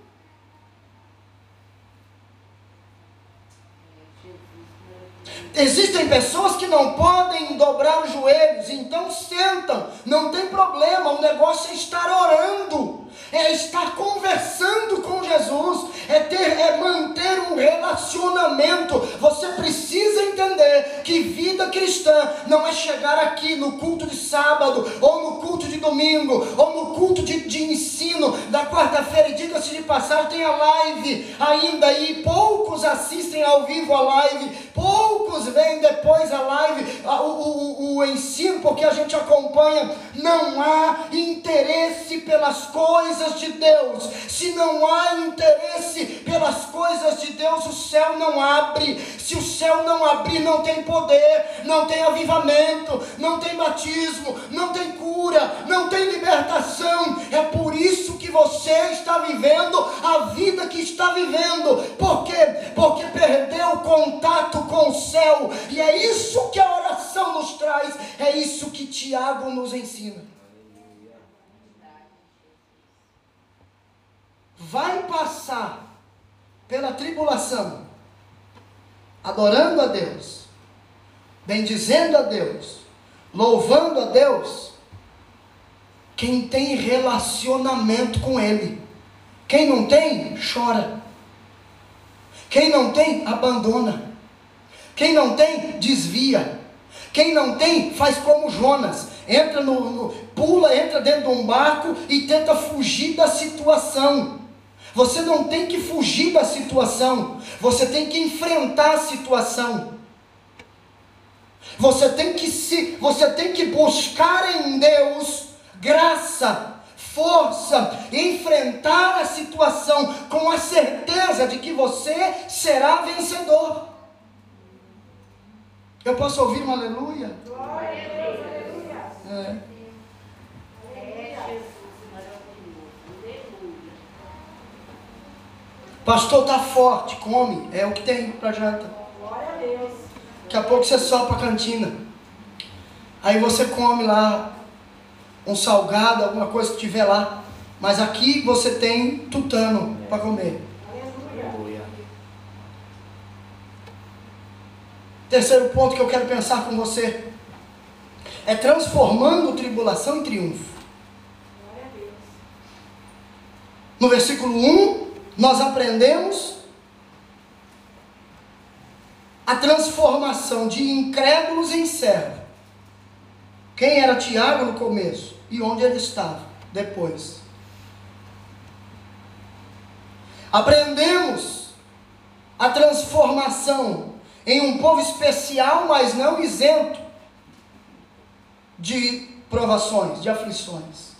Existem pessoas que não podem dobrar os joelhos, então sentam, não tem problema, o negócio é estar orando, é estar conversando com Jesus, é manter um relacionamento. Você precisa entender que vida cristã não é chegar aqui no culto de sábado, ou no culto de domingo, ou no culto de ensino da quarta-feira, e diga-se de passagem, tem a live ainda aí, poucos assistem ao vivo a live, poucos veem depois a live, o ensino, porque a gente acompanha. Não há interesse pelas coisas de Deus. Se não há interesse pelas coisas de Deus, o céu não abre. Se o céu não abrir, não tem poder, não tem avivamento, não tem batismo, não tem cura, não tem libertação. É por isso que você está vivendo a vida que está vivendo. Por quê? Porque perdeu o contato com o céu. E é isso que a oração nos traz, é isso que Tiago nos ensina. Vai passar pela tribulação, adorando a Deus, bendizendo a Deus, louvando a Deus, quem tem relacionamento com Ele. Quem não tem, chora. Quem não tem, abandona. Quem não tem, desvia. Quem não tem, faz como Jonas. Pula, entra dentro de um barco e tenta fugir da situação. Você não tem que fugir da situação. Você tem que enfrentar a situação. Você tem que buscar em Deus graça, força, enfrentar a situação com a certeza de que você será vencedor. Eu posso ouvir um aleluia? Glória a Deus, aleluia. Pastor, está forte, come, é o que tem para janta. Glória a Deus. Daqui a pouco você sobe para a cantina. Aí você come lá um salgado, alguma coisa que tiver lá. Mas aqui você tem tutano para comer. Aleluia. Terceiro ponto que eu quero pensar com você é transformando tribulação em triunfo. Glória a Deus. No versículo 1, nós aprendemos a transformação de incrédulos em servos. Quem era Tiago no começo e onde ele estava depois. Aprendemos a transformação em um povo especial, mas não isento de provações, de aflições.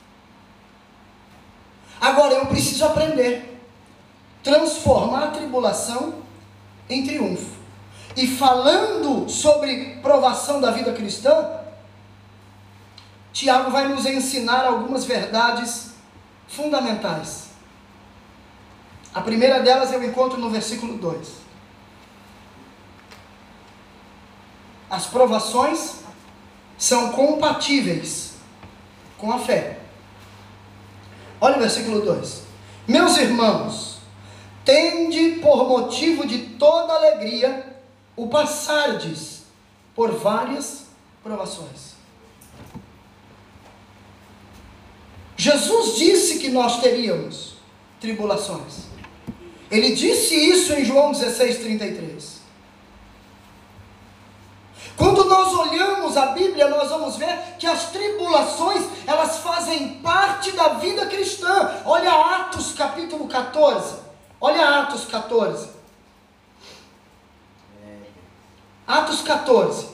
Agora eu preciso aprender a transformar a tribulação em triunfo. E falando sobre provação da vida cristã, Tiago vai nos ensinar algumas verdades fundamentais. A primeira delas eu encontro no versículo 2. As provações são compatíveis com a fé. Olha o versículo 2. Meus irmãos, tende por motivo de toda alegria o passardes por várias provações. Jesus disse que nós teríamos tribulações. Ele disse isso em João 16:33. Quando nós olhamos a Bíblia, nós vamos ver que as tribulações, elas fazem parte da vida cristã. Olha Atos capítulo 14. Olha Atos 14. Atos 14.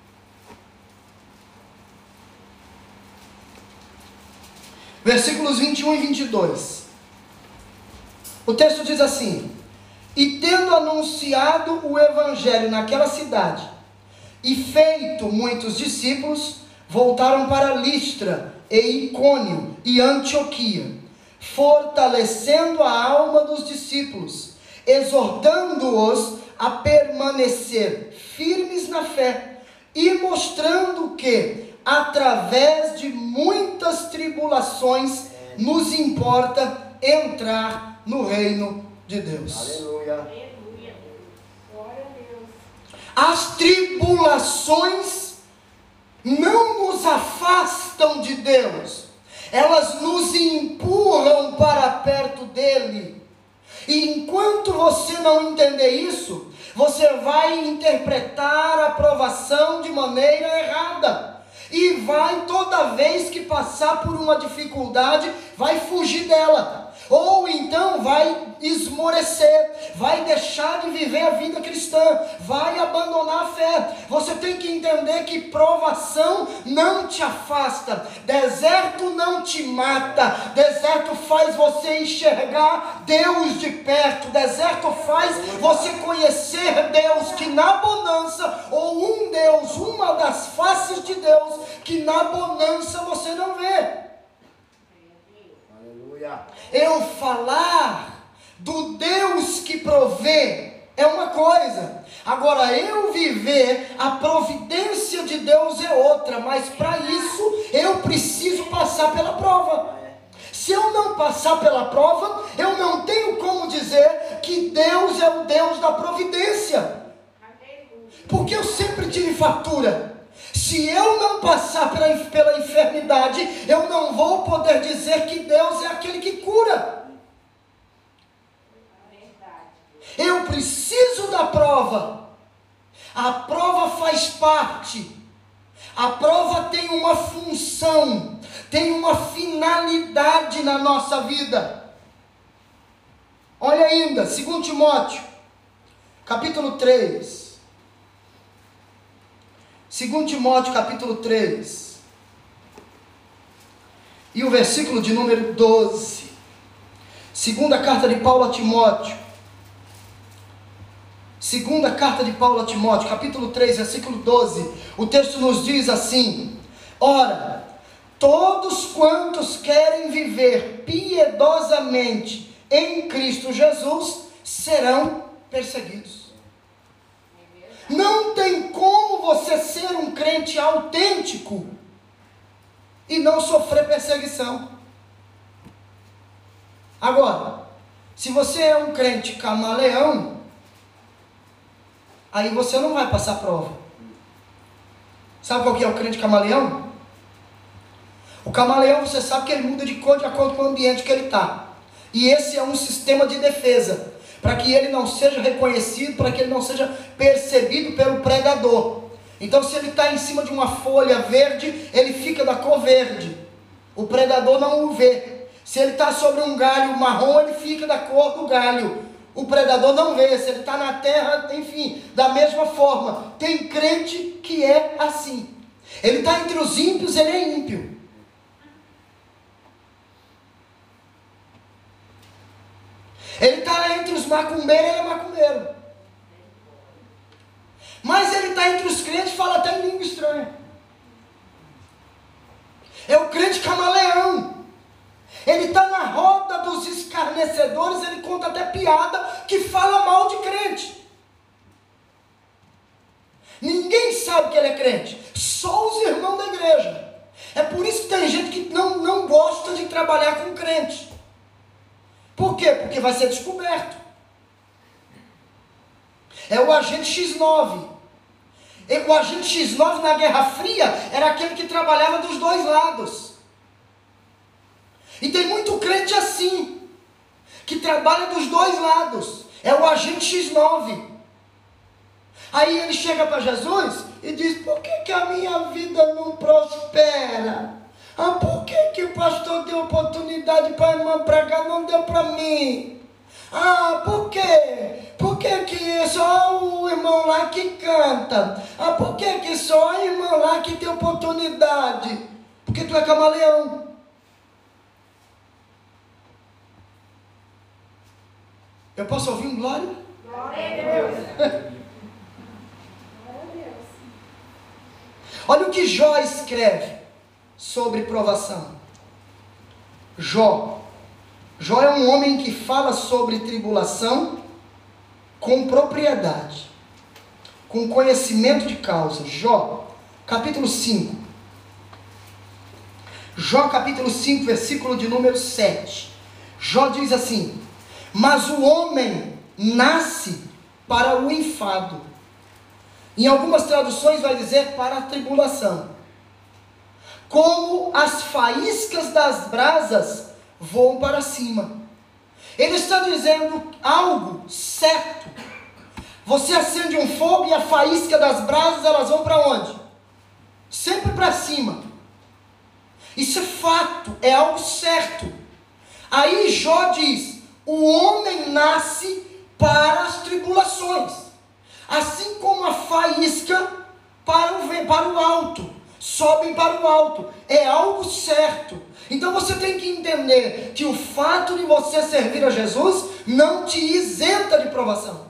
Versículos 21 e 22. O texto diz assim: e tendo anunciado o evangelho naquela cidade, e feito muitos discípulos, voltaram para Listra, e Icônio, e Antioquia, fortalecendo a alma dos discípulos, exortando-os a permanecer firmes na fé, e mostrando que, através de muitas tribulações, nos importa entrar no reino de Deus. Aleluia. Glória a Deus. As tribulações não nos afastam de Deus, elas nos empurram para perto dele. E enquanto você não entender isso, você vai interpretar a provação de maneira errada. E vai, toda vez que passar por uma dificuldade, vai fugir dela. Ou então vai esmorecer, vai deixar de viver a vida cristã, vai abandonar a fé. Você tem que entender que provação não te afasta, deserto não te mata, deserto faz você enxergar Deus de perto, deserto faz você conhecer Deus, que na bonança, ou um Deus, uma das faces de Deus, que na bonança você não vê. Eu falar do Deus que provê é uma coisa, agora eu viver a providência de Deus é outra, mas para isso eu preciso passar pela prova. Se eu não passar pela prova, eu não tenho como dizer que Deus é o Deus da providência, porque eu sempre tive fartura. Se eu não passar pela enfermidade, eu não vou poder dizer que Deus é aquele que cura. Eu preciso da prova. A prova faz parte. A prova tem uma função, tem uma finalidade na nossa vida. Olha ainda, 2 Timóteo, capítulo 3. 2 Timóteo capítulo 3, e o versículo de número 12, segunda carta de Paulo a Timóteo, segunda carta de Paulo a Timóteo, capítulo 3, versículo 12, o texto nos diz assim: ora, todos quantos querem viver piedosamente em Cristo Jesus, serão perseguidos. Não tem como você ser um crente autêntico e não sofrer perseguição. Agora, se você é um crente camaleão, aí você não vai passar prova. Sabe qual que é o crente camaleão? O camaleão, você sabe que ele muda de cor de acordo com o ambiente que ele está. E esse é um sistema de defesa, para que ele não seja reconhecido, para que ele não seja percebido pelo predador. Então se ele está em cima de uma folha verde, ele fica da cor verde. O predador não o vê. Se ele está sobre um galho marrom, ele fica da cor do galho. O predador não vê. Se ele está na terra, enfim, da mesma forma. Tem crente que é assim. Ele está entre os ímpios, ele é ímpio. Ele está entre os macumbeiros, ele é macumbeiro. Mas ele está entre os crentes e fala até em língua estranha. É o crente camaleão. Ele está na roda dos escarnecedores, ele conta até piada que fala mal de crente. Ninguém sabe que ele é crente, só os irmãos da igreja. É por isso que tem gente que não gosta de trabalhar com crente. Por quê? Porque vai ser descoberto. É o agente X9. O agente X9 na Guerra Fria era aquele que trabalhava dos dois lados. E tem muito crente assim, que trabalha dos dois lados. É o agente X9. Aí ele chega para Jesus e diz: por que a minha vida não prospera? Por que o pastor deu oportunidade para a irmã pregar, não deu para mim? Por quê? Por que só o irmão lá que canta? Por que só a irmã lá que tem oportunidade? Porque tu é camaleão. Eu posso ouvir um glória? Glória a Deus. Olha o que Jó escreve sobre provação. Jó é um homem que fala sobre tribulação com propriedade, com conhecimento de causa. Jó, capítulo 5. Jó, capítulo 5, versículo de número 7. Jó diz assim: mas o homem nasce para o enfado. Em algumas traduções vai dizer para a tribulação. Como as faíscas das brasas voam para cima. Ele está dizendo algo certo. Você acende um fogo e a faísca das brasas, elas vão para onde? Sempre para cima. Isso é fato, é algo certo. Aí Jó diz: o homem nasce para as tribulações. Assim como a faísca para o alto, sobem para o alto, é algo certo. Então você tem que entender que o fato de você servir a Jesus não te isenta de provação.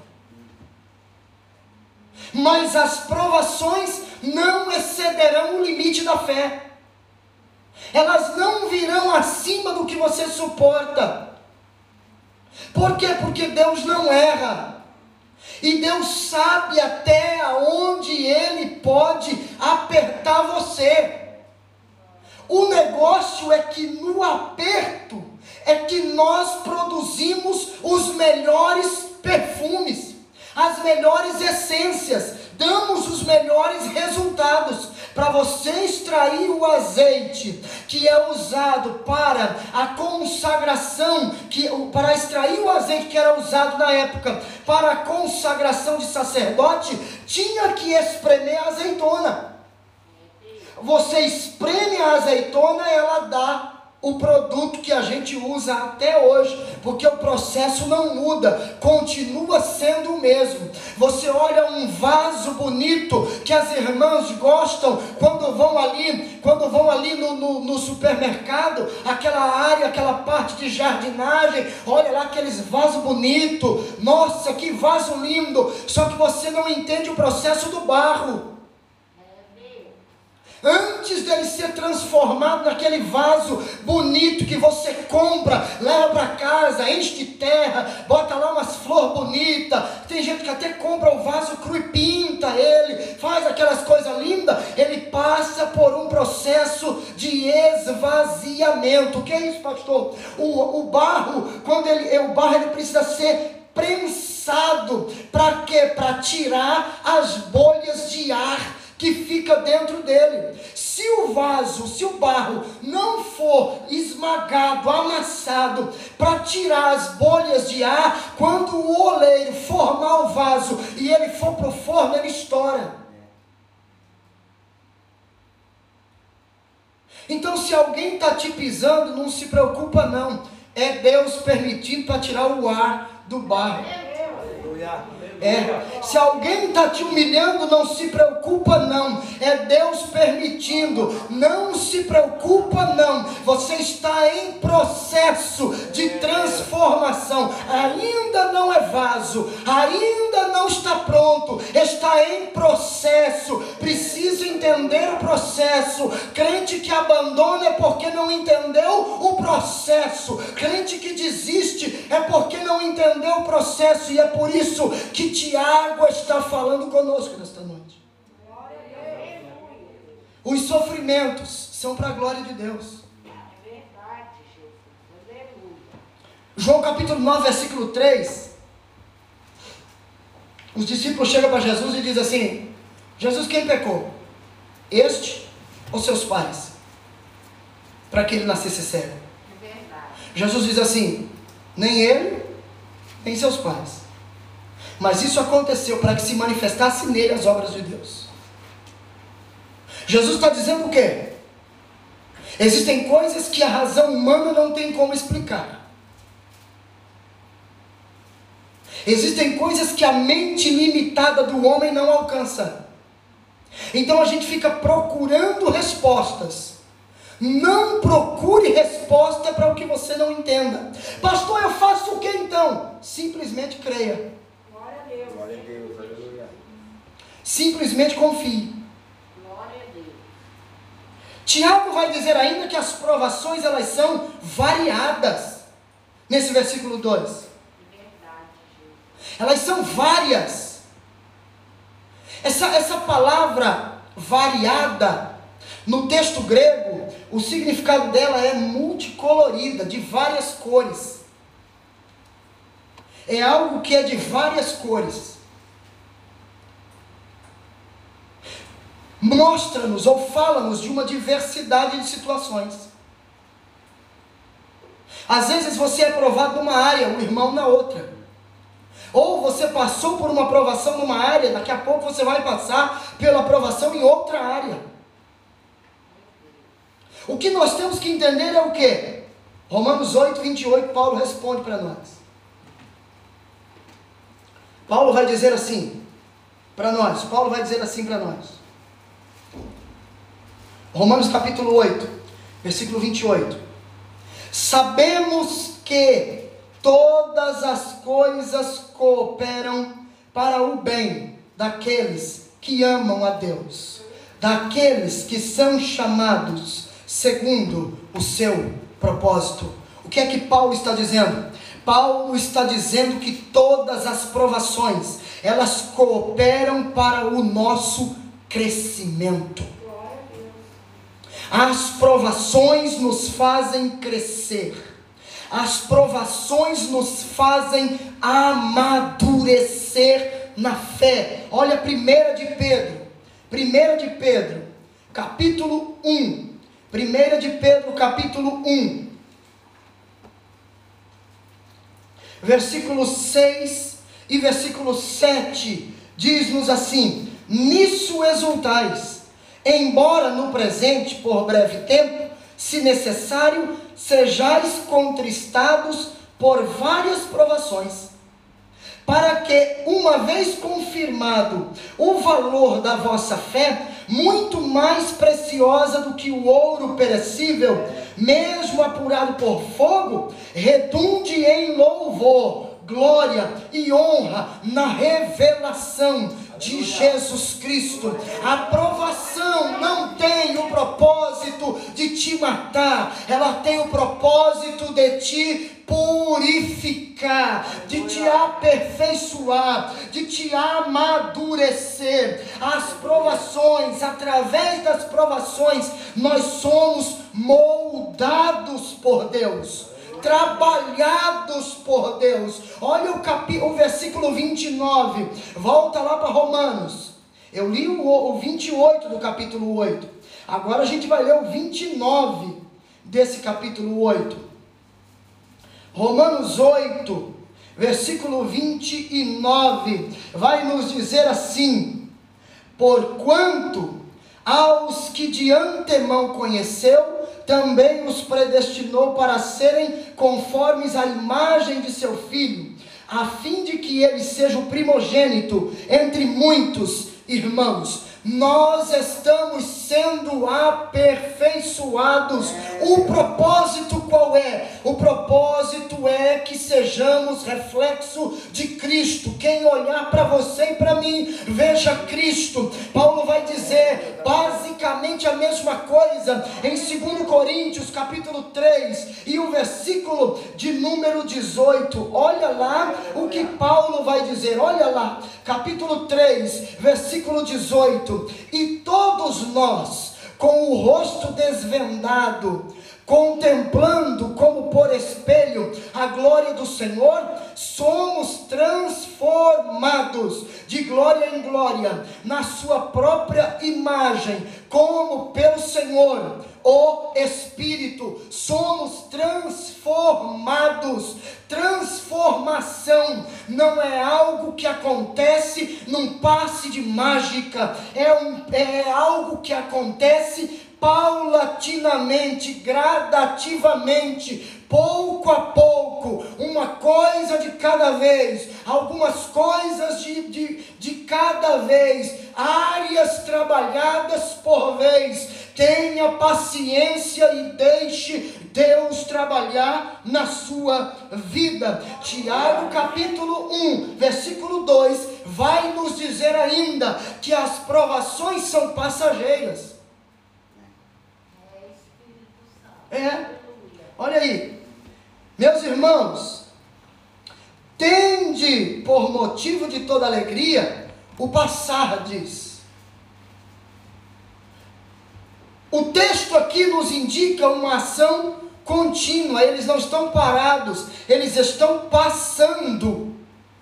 Mas as provações não excederão o limite da fé. Elas não virão acima do que você suporta. Por quê? Porque Deus não erra. E Deus sabe até onde Ele pode apertar você. O negócio é que no aperto é que nós produzimos os melhores perfumes, as melhores essências, damos os melhores resultados. Para você extrair o azeite que é usado para a consagração, para extrair o azeite que era usado na época para a consagração de sacerdote, tinha que espremer a azeitona. Você espreme a azeitona, ela dá o produto que a gente usa até hoje, porque o processo não muda, continua sendo o mesmo. Você olha um vaso bonito que as irmãs gostam quando vão ali no supermercado, aquela área, aquela parte de jardinagem, olha lá aqueles vasos bonitos, nossa, que vaso lindo, só que você não entende o processo do barro. Antes dele ser transformado naquele vaso bonito que você compra, leva para casa, enche de terra, bota lá umas flores bonitas. Tem gente que até compra o vaso cru e pinta ele, faz aquelas coisas lindas. Ele passa por um processo de esvaziamento. O que é isso, pastor? O barro, o barro ele precisa ser prensado. Para quê? Para tirar as bolhas de ar que fica dentro dele. Se o barro não for esmagado, amassado, para tirar as bolhas de ar, quando o oleiro formar o vaso e ele for para o forno, ele estoura. Então, se alguém está te pisando, não se preocupa não. É Deus permitindo para tirar o ar do barro. Se alguém está te humilhando, não se preocupa não. É Deus permitindo. Não se preocupa não. Você está em processo de transformação. Ainda não é vaso. Ainda não está pronto. Está em processo. Precisa entender o processo. Crente que abandona é porque não entendeu o processo. Crente que desiste é porque não entendeu o processo. E é por isso que Tiago está falando conosco nesta noite. Os sofrimentos são para a glória de Deus. João capítulo 9, versículo 3. Os discípulos chegam para Jesus e dizem assim: Jesus, quem pecou? Este ou seus pais? Para que ele nascesse cego? Jesus diz assim: nem ele, nem seus pais. Mas isso aconteceu para que se manifestasse nele as obras de Deus. Jesus está dizendo o quê? Existem coisas que a razão humana não tem como explicar. Existem coisas que a mente limitada do homem não alcança. Então a gente fica procurando respostas. Não procure resposta para o que você não entenda. Pastor, eu faço o que então? Simplesmente creia. Glória a Deus, aleluia. Simplesmente confie. Glória a Deus. Tiago vai dizer ainda que as provações elas são variadas. Nesse versículo 2. Verdade, Jesus. Elas são várias. Essa palavra variada, no texto grego, o significado dela é multicolorida, de várias cores. É algo que é de várias cores. Mostra-nos ou fala-nos de uma diversidade de situações. Às vezes você é provado numa área, o irmão na outra. Ou você passou por uma provação numa área, daqui a pouco você vai passar pela provação em outra área. O que nós temos que entender é o quê? Romanos 8, 28, Paulo responde para nós. Paulo vai dizer assim para nós. Romanos capítulo 8, versículo 28. Sabemos que todas as coisas cooperam para o bem daqueles que amam a Deus, daqueles que são chamados segundo o seu propósito. O que é que Paulo está dizendo? Paulo está dizendo que todas as provações, elas cooperam para o nosso crescimento. As provações nos fazem crescer. As provações nos fazem amadurecer na fé. Olha 1 de Pedro, capítulo 1. 1 de Pedro, capítulo 1. Versículo 6 e versículo 7, diz-nos assim: nisso exultais, embora no presente, por breve tempo, se necessário, sejais contristados por várias provações, para que, uma vez confirmado o valor da vossa fé, muito mais preciosa do que o ouro perecível, mesmo apurado por fogo, redunde em louvor, glória e honra na revelação de Jesus Cristo. A provação não tem o propósito de te matar, ela tem o propósito de te purificar, de te aperfeiçoar, de te amadurecer. As provações, através das provações, nós somos moldados por Deus, trabalhados por Deus. Olha o versículo 29, volta lá para Romanos. Eu li o 28 do capítulo 8, agora a gente vai ler o 29 desse capítulo 8. Romanos 8, versículo 29, vai nos dizer assim: porquanto aos que de antemão conheceu, também os predestinou para serem conformes à imagem de seu Filho, a fim de que ele seja o primogênito entre muitos irmãos. Nós estamos sendo aperfeiçoados. O propósito qual é? O propósito é que sejamos reflexo de Cristo. Quem olhar para você e para mim, veja Cristo. Paulo vai dizer basicamente a mesma coisa em 2 Coríntios capítulo 3 e o versículo de número 18. Olha lá o que Paulo vai dizer. Olha lá, capítulo 3, versículo 18. E todos nós, com o rosto desvendado, contemplando como por espelho a glória do Senhor, somos transformados de glória em glória, na sua própria imagem, como pelo Senhor, o Espírito. Somos transformados. Transformação não é algo que acontece num passe de mágica, é algo que acontece paulatinamente, gradativamente, pouco a pouco, uma coisa de cada vez, algumas coisas de cada vez, áreas trabalhadas por vez. Tenha paciência e deixe Deus trabalhar na sua vida. Tiago capítulo 1, versículo 2, vai nos dizer ainda que as provações são passageiras. Olha aí, meus irmãos, tende por motivo de toda alegria o passardes. O texto aqui nos indica uma ação contínua. Eles não estão parados, eles estão passando.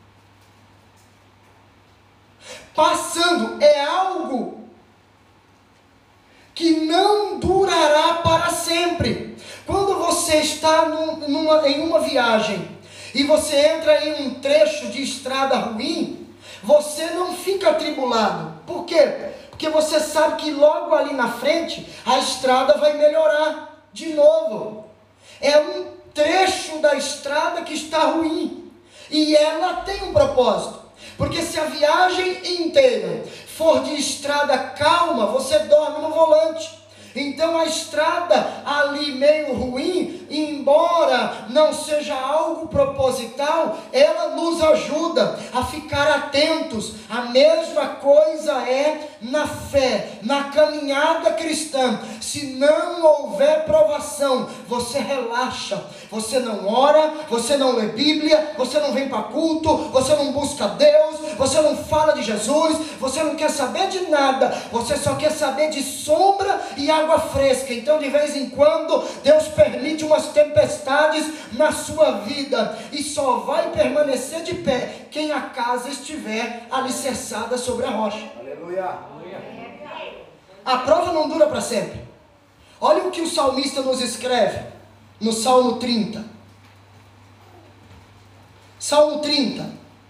Passando é algo que não durará para sempre. Quando você está em uma viagem e você entra em um trecho de estrada ruim, você não fica atribulado. Por quê? Porque você sabe que logo ali na frente a estrada vai melhorar de novo. É um trecho da estrada que está ruim e ela tem um propósito. Porque se a viagem inteira for de estrada calma, você dorme no volante. Então a estrada ali meio ruim, embora não seja algo proposital, ela nos ajuda a ficar atentos. A mesma coisa é na fé, na caminhada cristã. Se não houver provação, você relaxa, você não ora, você não lê Bíblia, você não vem para culto, você não busca Deus, você não fala de Jesus, você não quer saber de nada, você só quer saber de sombra e água fresca. Então de vez em quando Deus permite umas tempestades na sua vida, e só vai permanecer de pé quem a casa estiver alicerçada sobre a rocha. Aleluia. A prova não dura para sempre. Olha o que o salmista nos escreve no Salmo 30. Salmo 30,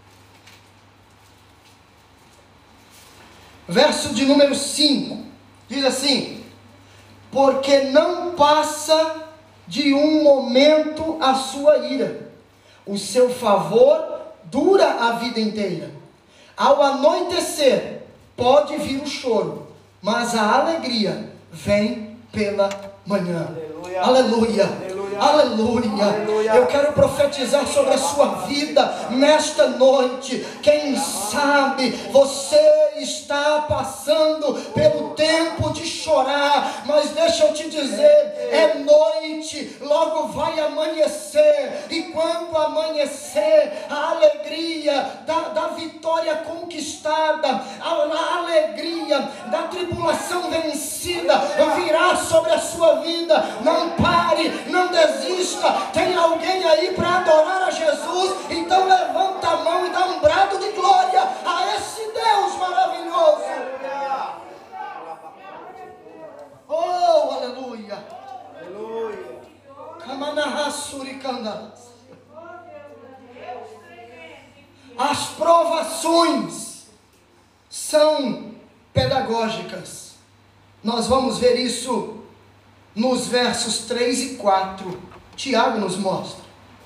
verso de número 5, diz assim: porque não passa de um momento a sua ira, o seu favor dura a vida inteira. Ao anoitecer pode vir o choro, mas a alegria vem pela manhã. Aleluia. Aleluia. Aleluia. Aleluia. Eu quero profetizar sobre a sua vida nesta noite. Quem sabe você está passando pelo tempo de chorar, mas deixa eu te dizer, é noite, logo vai amanhecer, e quando amanhecer, a alegria da vitória conquistada, a alegria da tribulação vencida virá sobre a sua vida. Não pare, não desista. Tem alguém aí para adorar a Jesus? Então levanta a mão e dá um brado de glória a esse Deus maravilhoso. Oh, aleluia. Aleluia. As provações são pedagógicas. Nós vamos ver isso nos versos 3 e 4, Tiago nos mostra.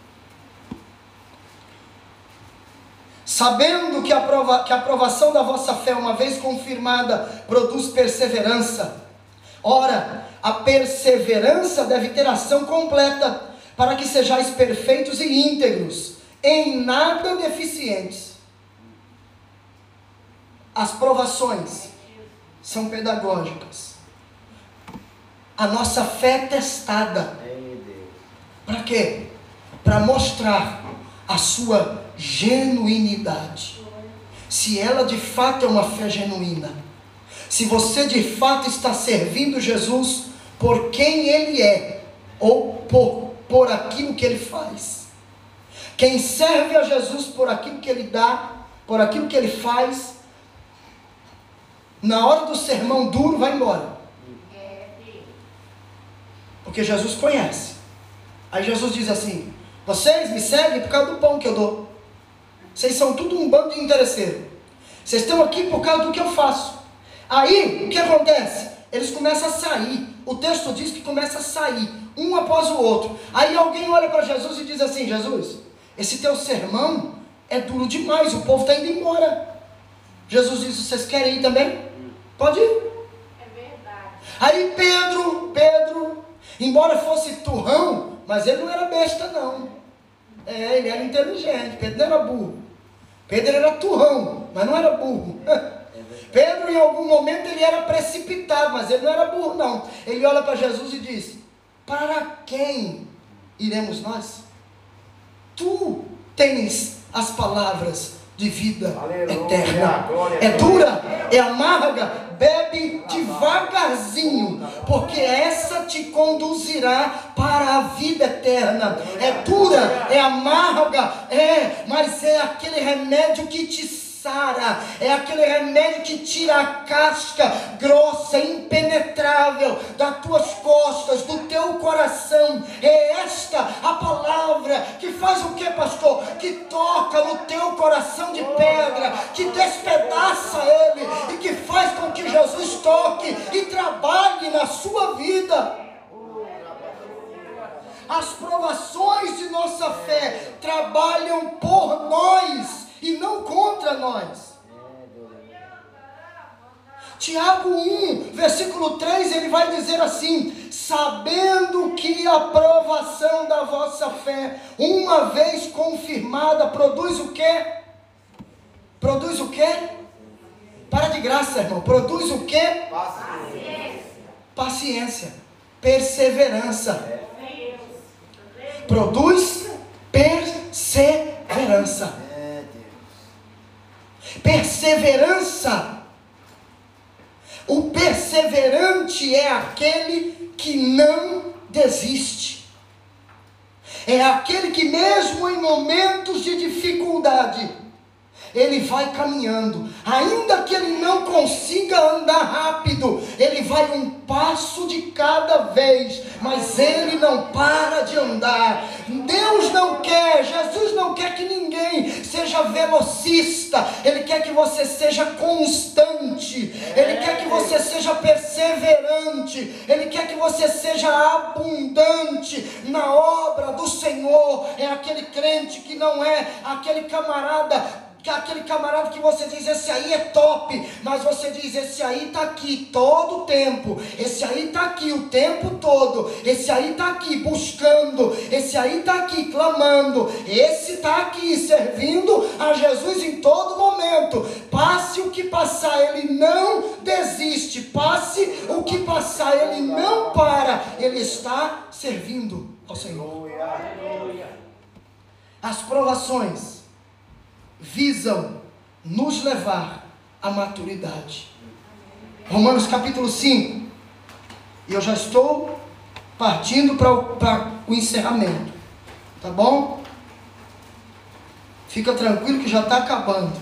Sabendo que a aprovação da vossa fé, uma vez confirmada, produz perseverança. Ora, a perseverança deve ter ação completa, para que sejais perfeitos e íntegros, em nada deficientes. As provações são pedagógicas. A nossa fé é testada. Para quê? Para mostrar a sua genuinidade. Se ela de fato é uma fé genuína. Se você de fato está servindo Jesus por quem Ele é, ou por aquilo que Ele faz. Quem serve a Jesus por aquilo que Ele dá, por aquilo que Ele faz, na hora do sermão duro vai embora. Porque Jesus conhece. Aí Jesus diz assim: vocês me seguem por causa do pão que eu dou. Vocês são tudo um bando de interesseiro. Vocês estão aqui por causa do que eu faço. Aí, o que acontece? Eles começam a sair. O texto diz que começa a sair, um após o outro. Aí alguém olha para Jesus e diz assim: Jesus, esse teu sermão é duro demais, o povo está indo embora. Jesus diz: vocês querem ir também? Pode ir. É verdade. Aí Pedro, embora fosse turrão, mas ele não era besta não. Ele era inteligente. Pedro não era burro. Pedro era turrão, mas não era burro. Pedro, em algum momento, ele era precipitado, mas ele não era burro, não. Ele olha para Jesus e diz: para quem iremos nós? Tu tens as palavras de vida eterna. É dura, é amarga, bebe devagarzinho, porque essa te conduzirá para a vida eterna. É dura, é amarga, mas é aquele remédio que te sara, é aquele remédio que tira a casca grossa, impenetrável das tuas costas, do teu coração. É esta a palavra que faz o que, pastor? Que toca no teu coração de pedra, que despedaça ele e que faz com que Jesus toque e trabalhe na sua vida. As provações de nossa fé trabalham por nós e não contra nós. Tiago 1, versículo 3, ele vai dizer assim: sabendo que a provação da vossa fé, uma vez confirmada, produz o quê? Produz o quê? Para de graça, irmão. Produz o quê? Paciência. Perseverança. Produz perseverança. Perseverança. O perseverante é aquele que não desiste. É aquele que mesmo em momentos de dificuldade, ele vai caminhando, ainda que ele não consiga andar rápido, ele vai um passo de cada vez, mas ele não para de andar. Deus não quer, Jesus não quer que ninguém seja velocista, Ele quer que você seja constante, Ele quer que você seja perseverante, Ele quer que você seja abundante na obra do Senhor. É aquele crente que não é aquele camarada que você diz: esse aí é top, mas você diz: esse aí está aqui todo o tempo, esse aí está aqui o tempo todo, esse aí está aqui buscando, esse aí está aqui clamando, esse está aqui servindo a Jesus em todo momento. Passe o que passar, ele não desiste. Passe o que passar, ele não para, ele está servindo ao Senhor. As provações visam nos levar à maturidade. Romanos capítulo 5. E eu já estou partindo para o encerramento. Tá bom? Fica tranquilo que já está acabando.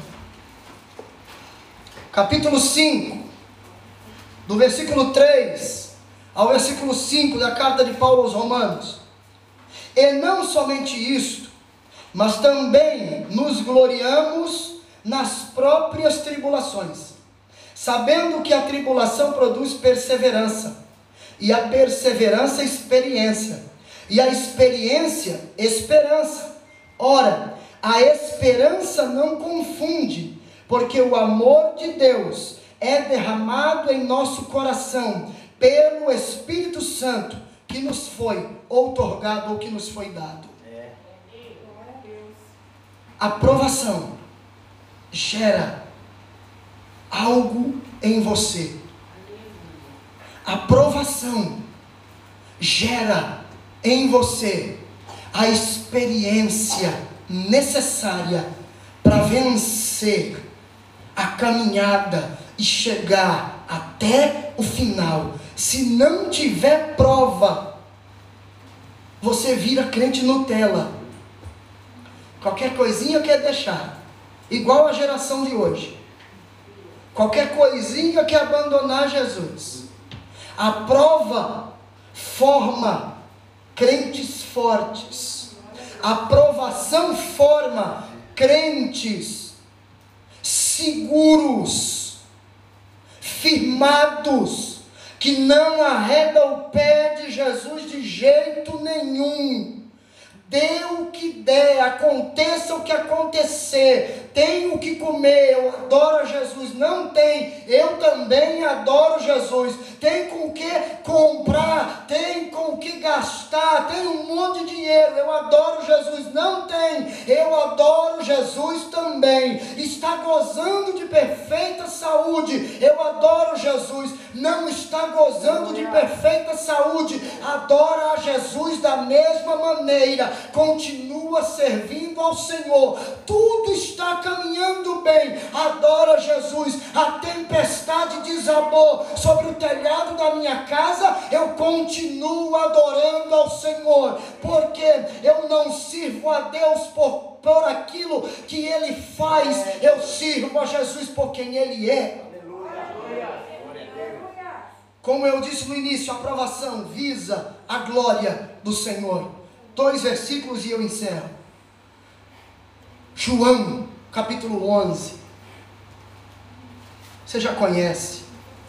Capítulo 5, do versículo 3 ao versículo 5 da carta de Paulo aos Romanos. E não somente isto, mas também nos gloriamos nas próprias tribulações, sabendo que a tribulação produz perseverança, E a perseverança, experiência. E a experiência, esperança. Ora, a esperança não confunde, porque o amor de Deus é derramado em nosso coração pelo Espírito Santo que nos foi outorgado ou que nos foi dado. A provação gera algo em você. A provação gera em você a experiência necessária para vencer a caminhada e chegar até o final. Se não tiver prova, você vira crente Nutella. Qualquer coisinha quer deixar, igual a geração de hoje. Qualquer coisinha quer abandonar Jesus. A prova forma crentes fortes. A provação forma crentes seguros, firmados, que não arreda o pé de Jesus de jeito nenhum. Dê o que der, aconteça o que acontecer, tem o que comer, eu adoro Jesus, não tem, eu também adoro Jesus, tem com o que comprar, tem com o que gastar, tem um monte de dinheiro, eu adoro Jesus, não tem, eu adoro Jesus também, está gozando de perfeita saúde, eu adoro Jesus, não está gozando de perfeita saúde, adora a Jesus da mesma maneira, continua servindo ao Senhor, tudo está caminhando bem, adora Jesus, a tempestade desabou sobre o telhado da minha casa, eu continuo adorando ao Senhor, porque eu não sirvo a Deus por aquilo que Ele faz, eu sirvo a Jesus por quem Ele é. Como eu disse no início, a aprovação visa a glória do Senhor. 2 versículos e eu encerro. João, capítulo 11. Você já conhece.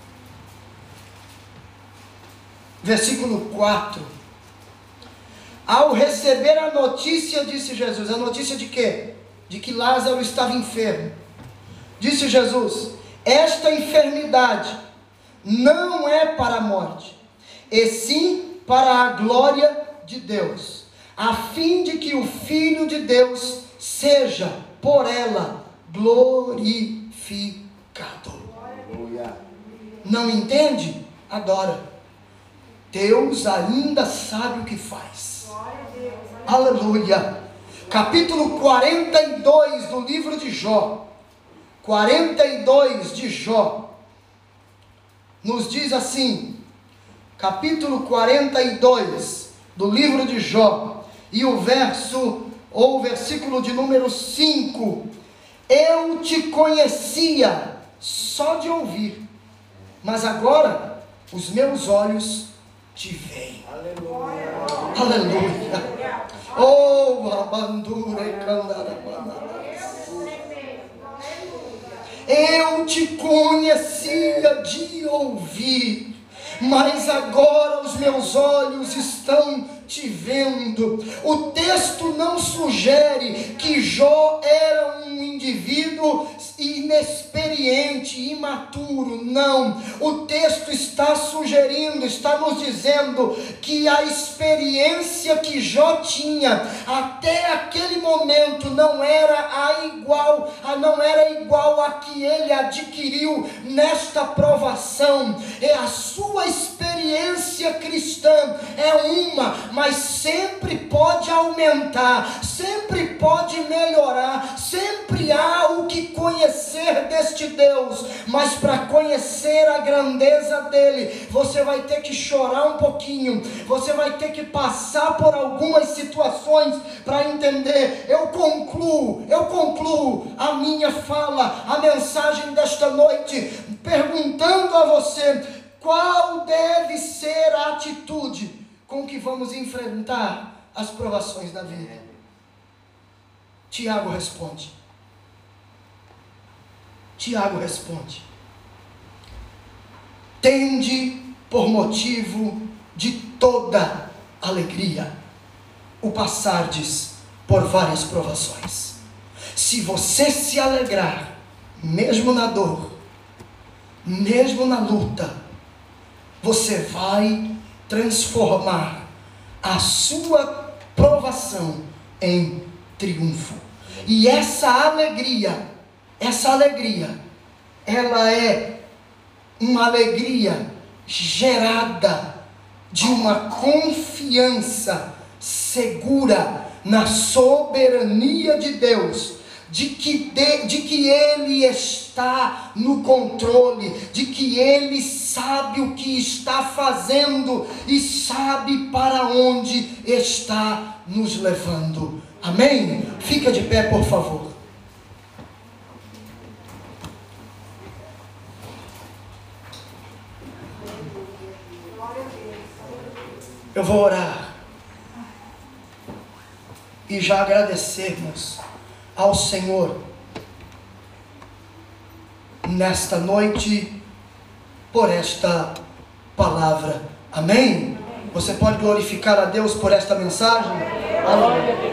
Versículo 4. Ao receber a notícia, disse Jesus, a notícia de quê? De que Lázaro estava enfermo. Disse Jesus, esta enfermidade não é para a morte, e sim para a glória de Deus, a fim de que o Filho de Deus seja por ela glorificado. Não entende? Adora. Deus ainda sabe o que faz. Aleluia. Capítulo 42 do livro de Jó. 42 de Jó. Nos diz assim, capítulo 42 do livro de Jó, e o versículo de número 5, eu te conhecia só de ouvir, mas agora os meus olhos te veem. Aleluia. Aleluia. Oh, abandura e candarabana. Eu te conhecia de ouvir, mas agora os meus olhos estão te vendo. O texto não sugere que Jó era um indivíduo inexperiente, imaturo, não. O texto está sugerindo, está nos dizendo que a experiência que Jó tinha até aquele momento não era igual a que ele adquiriu nesta provação. É a sua experiência cristã é uma, mas sempre pode aumentar, sempre pode melhorar, sempre há o que conhecer deste Deus, mas para conhecer a grandeza dele, você vai ter que chorar um pouquinho, você vai ter que passar por algumas situações para entender. Eu concluo a minha fala, a mensagem desta noite, perguntando a você, qual deve ser a atitude com que vamos enfrentar as provações da vida? Tiago responde. Tende por motivo de toda alegria, o passardes por várias provações. Se você se alegrar, mesmo na dor, mesmo na luta, você vai transformar a sua provação em triunfo. E essa alegria, ela é uma alegria gerada de uma confiança segura na soberania de Deus, de que Ele está no controle, de que Ele sabe o que está fazendo e sabe para onde está nos levando. Amém? Fica de pé, por favor. Eu vou orar e já agradecermos ao Senhor nesta noite por esta palavra. Amém? Você pode glorificar a Deus por esta mensagem? Amém.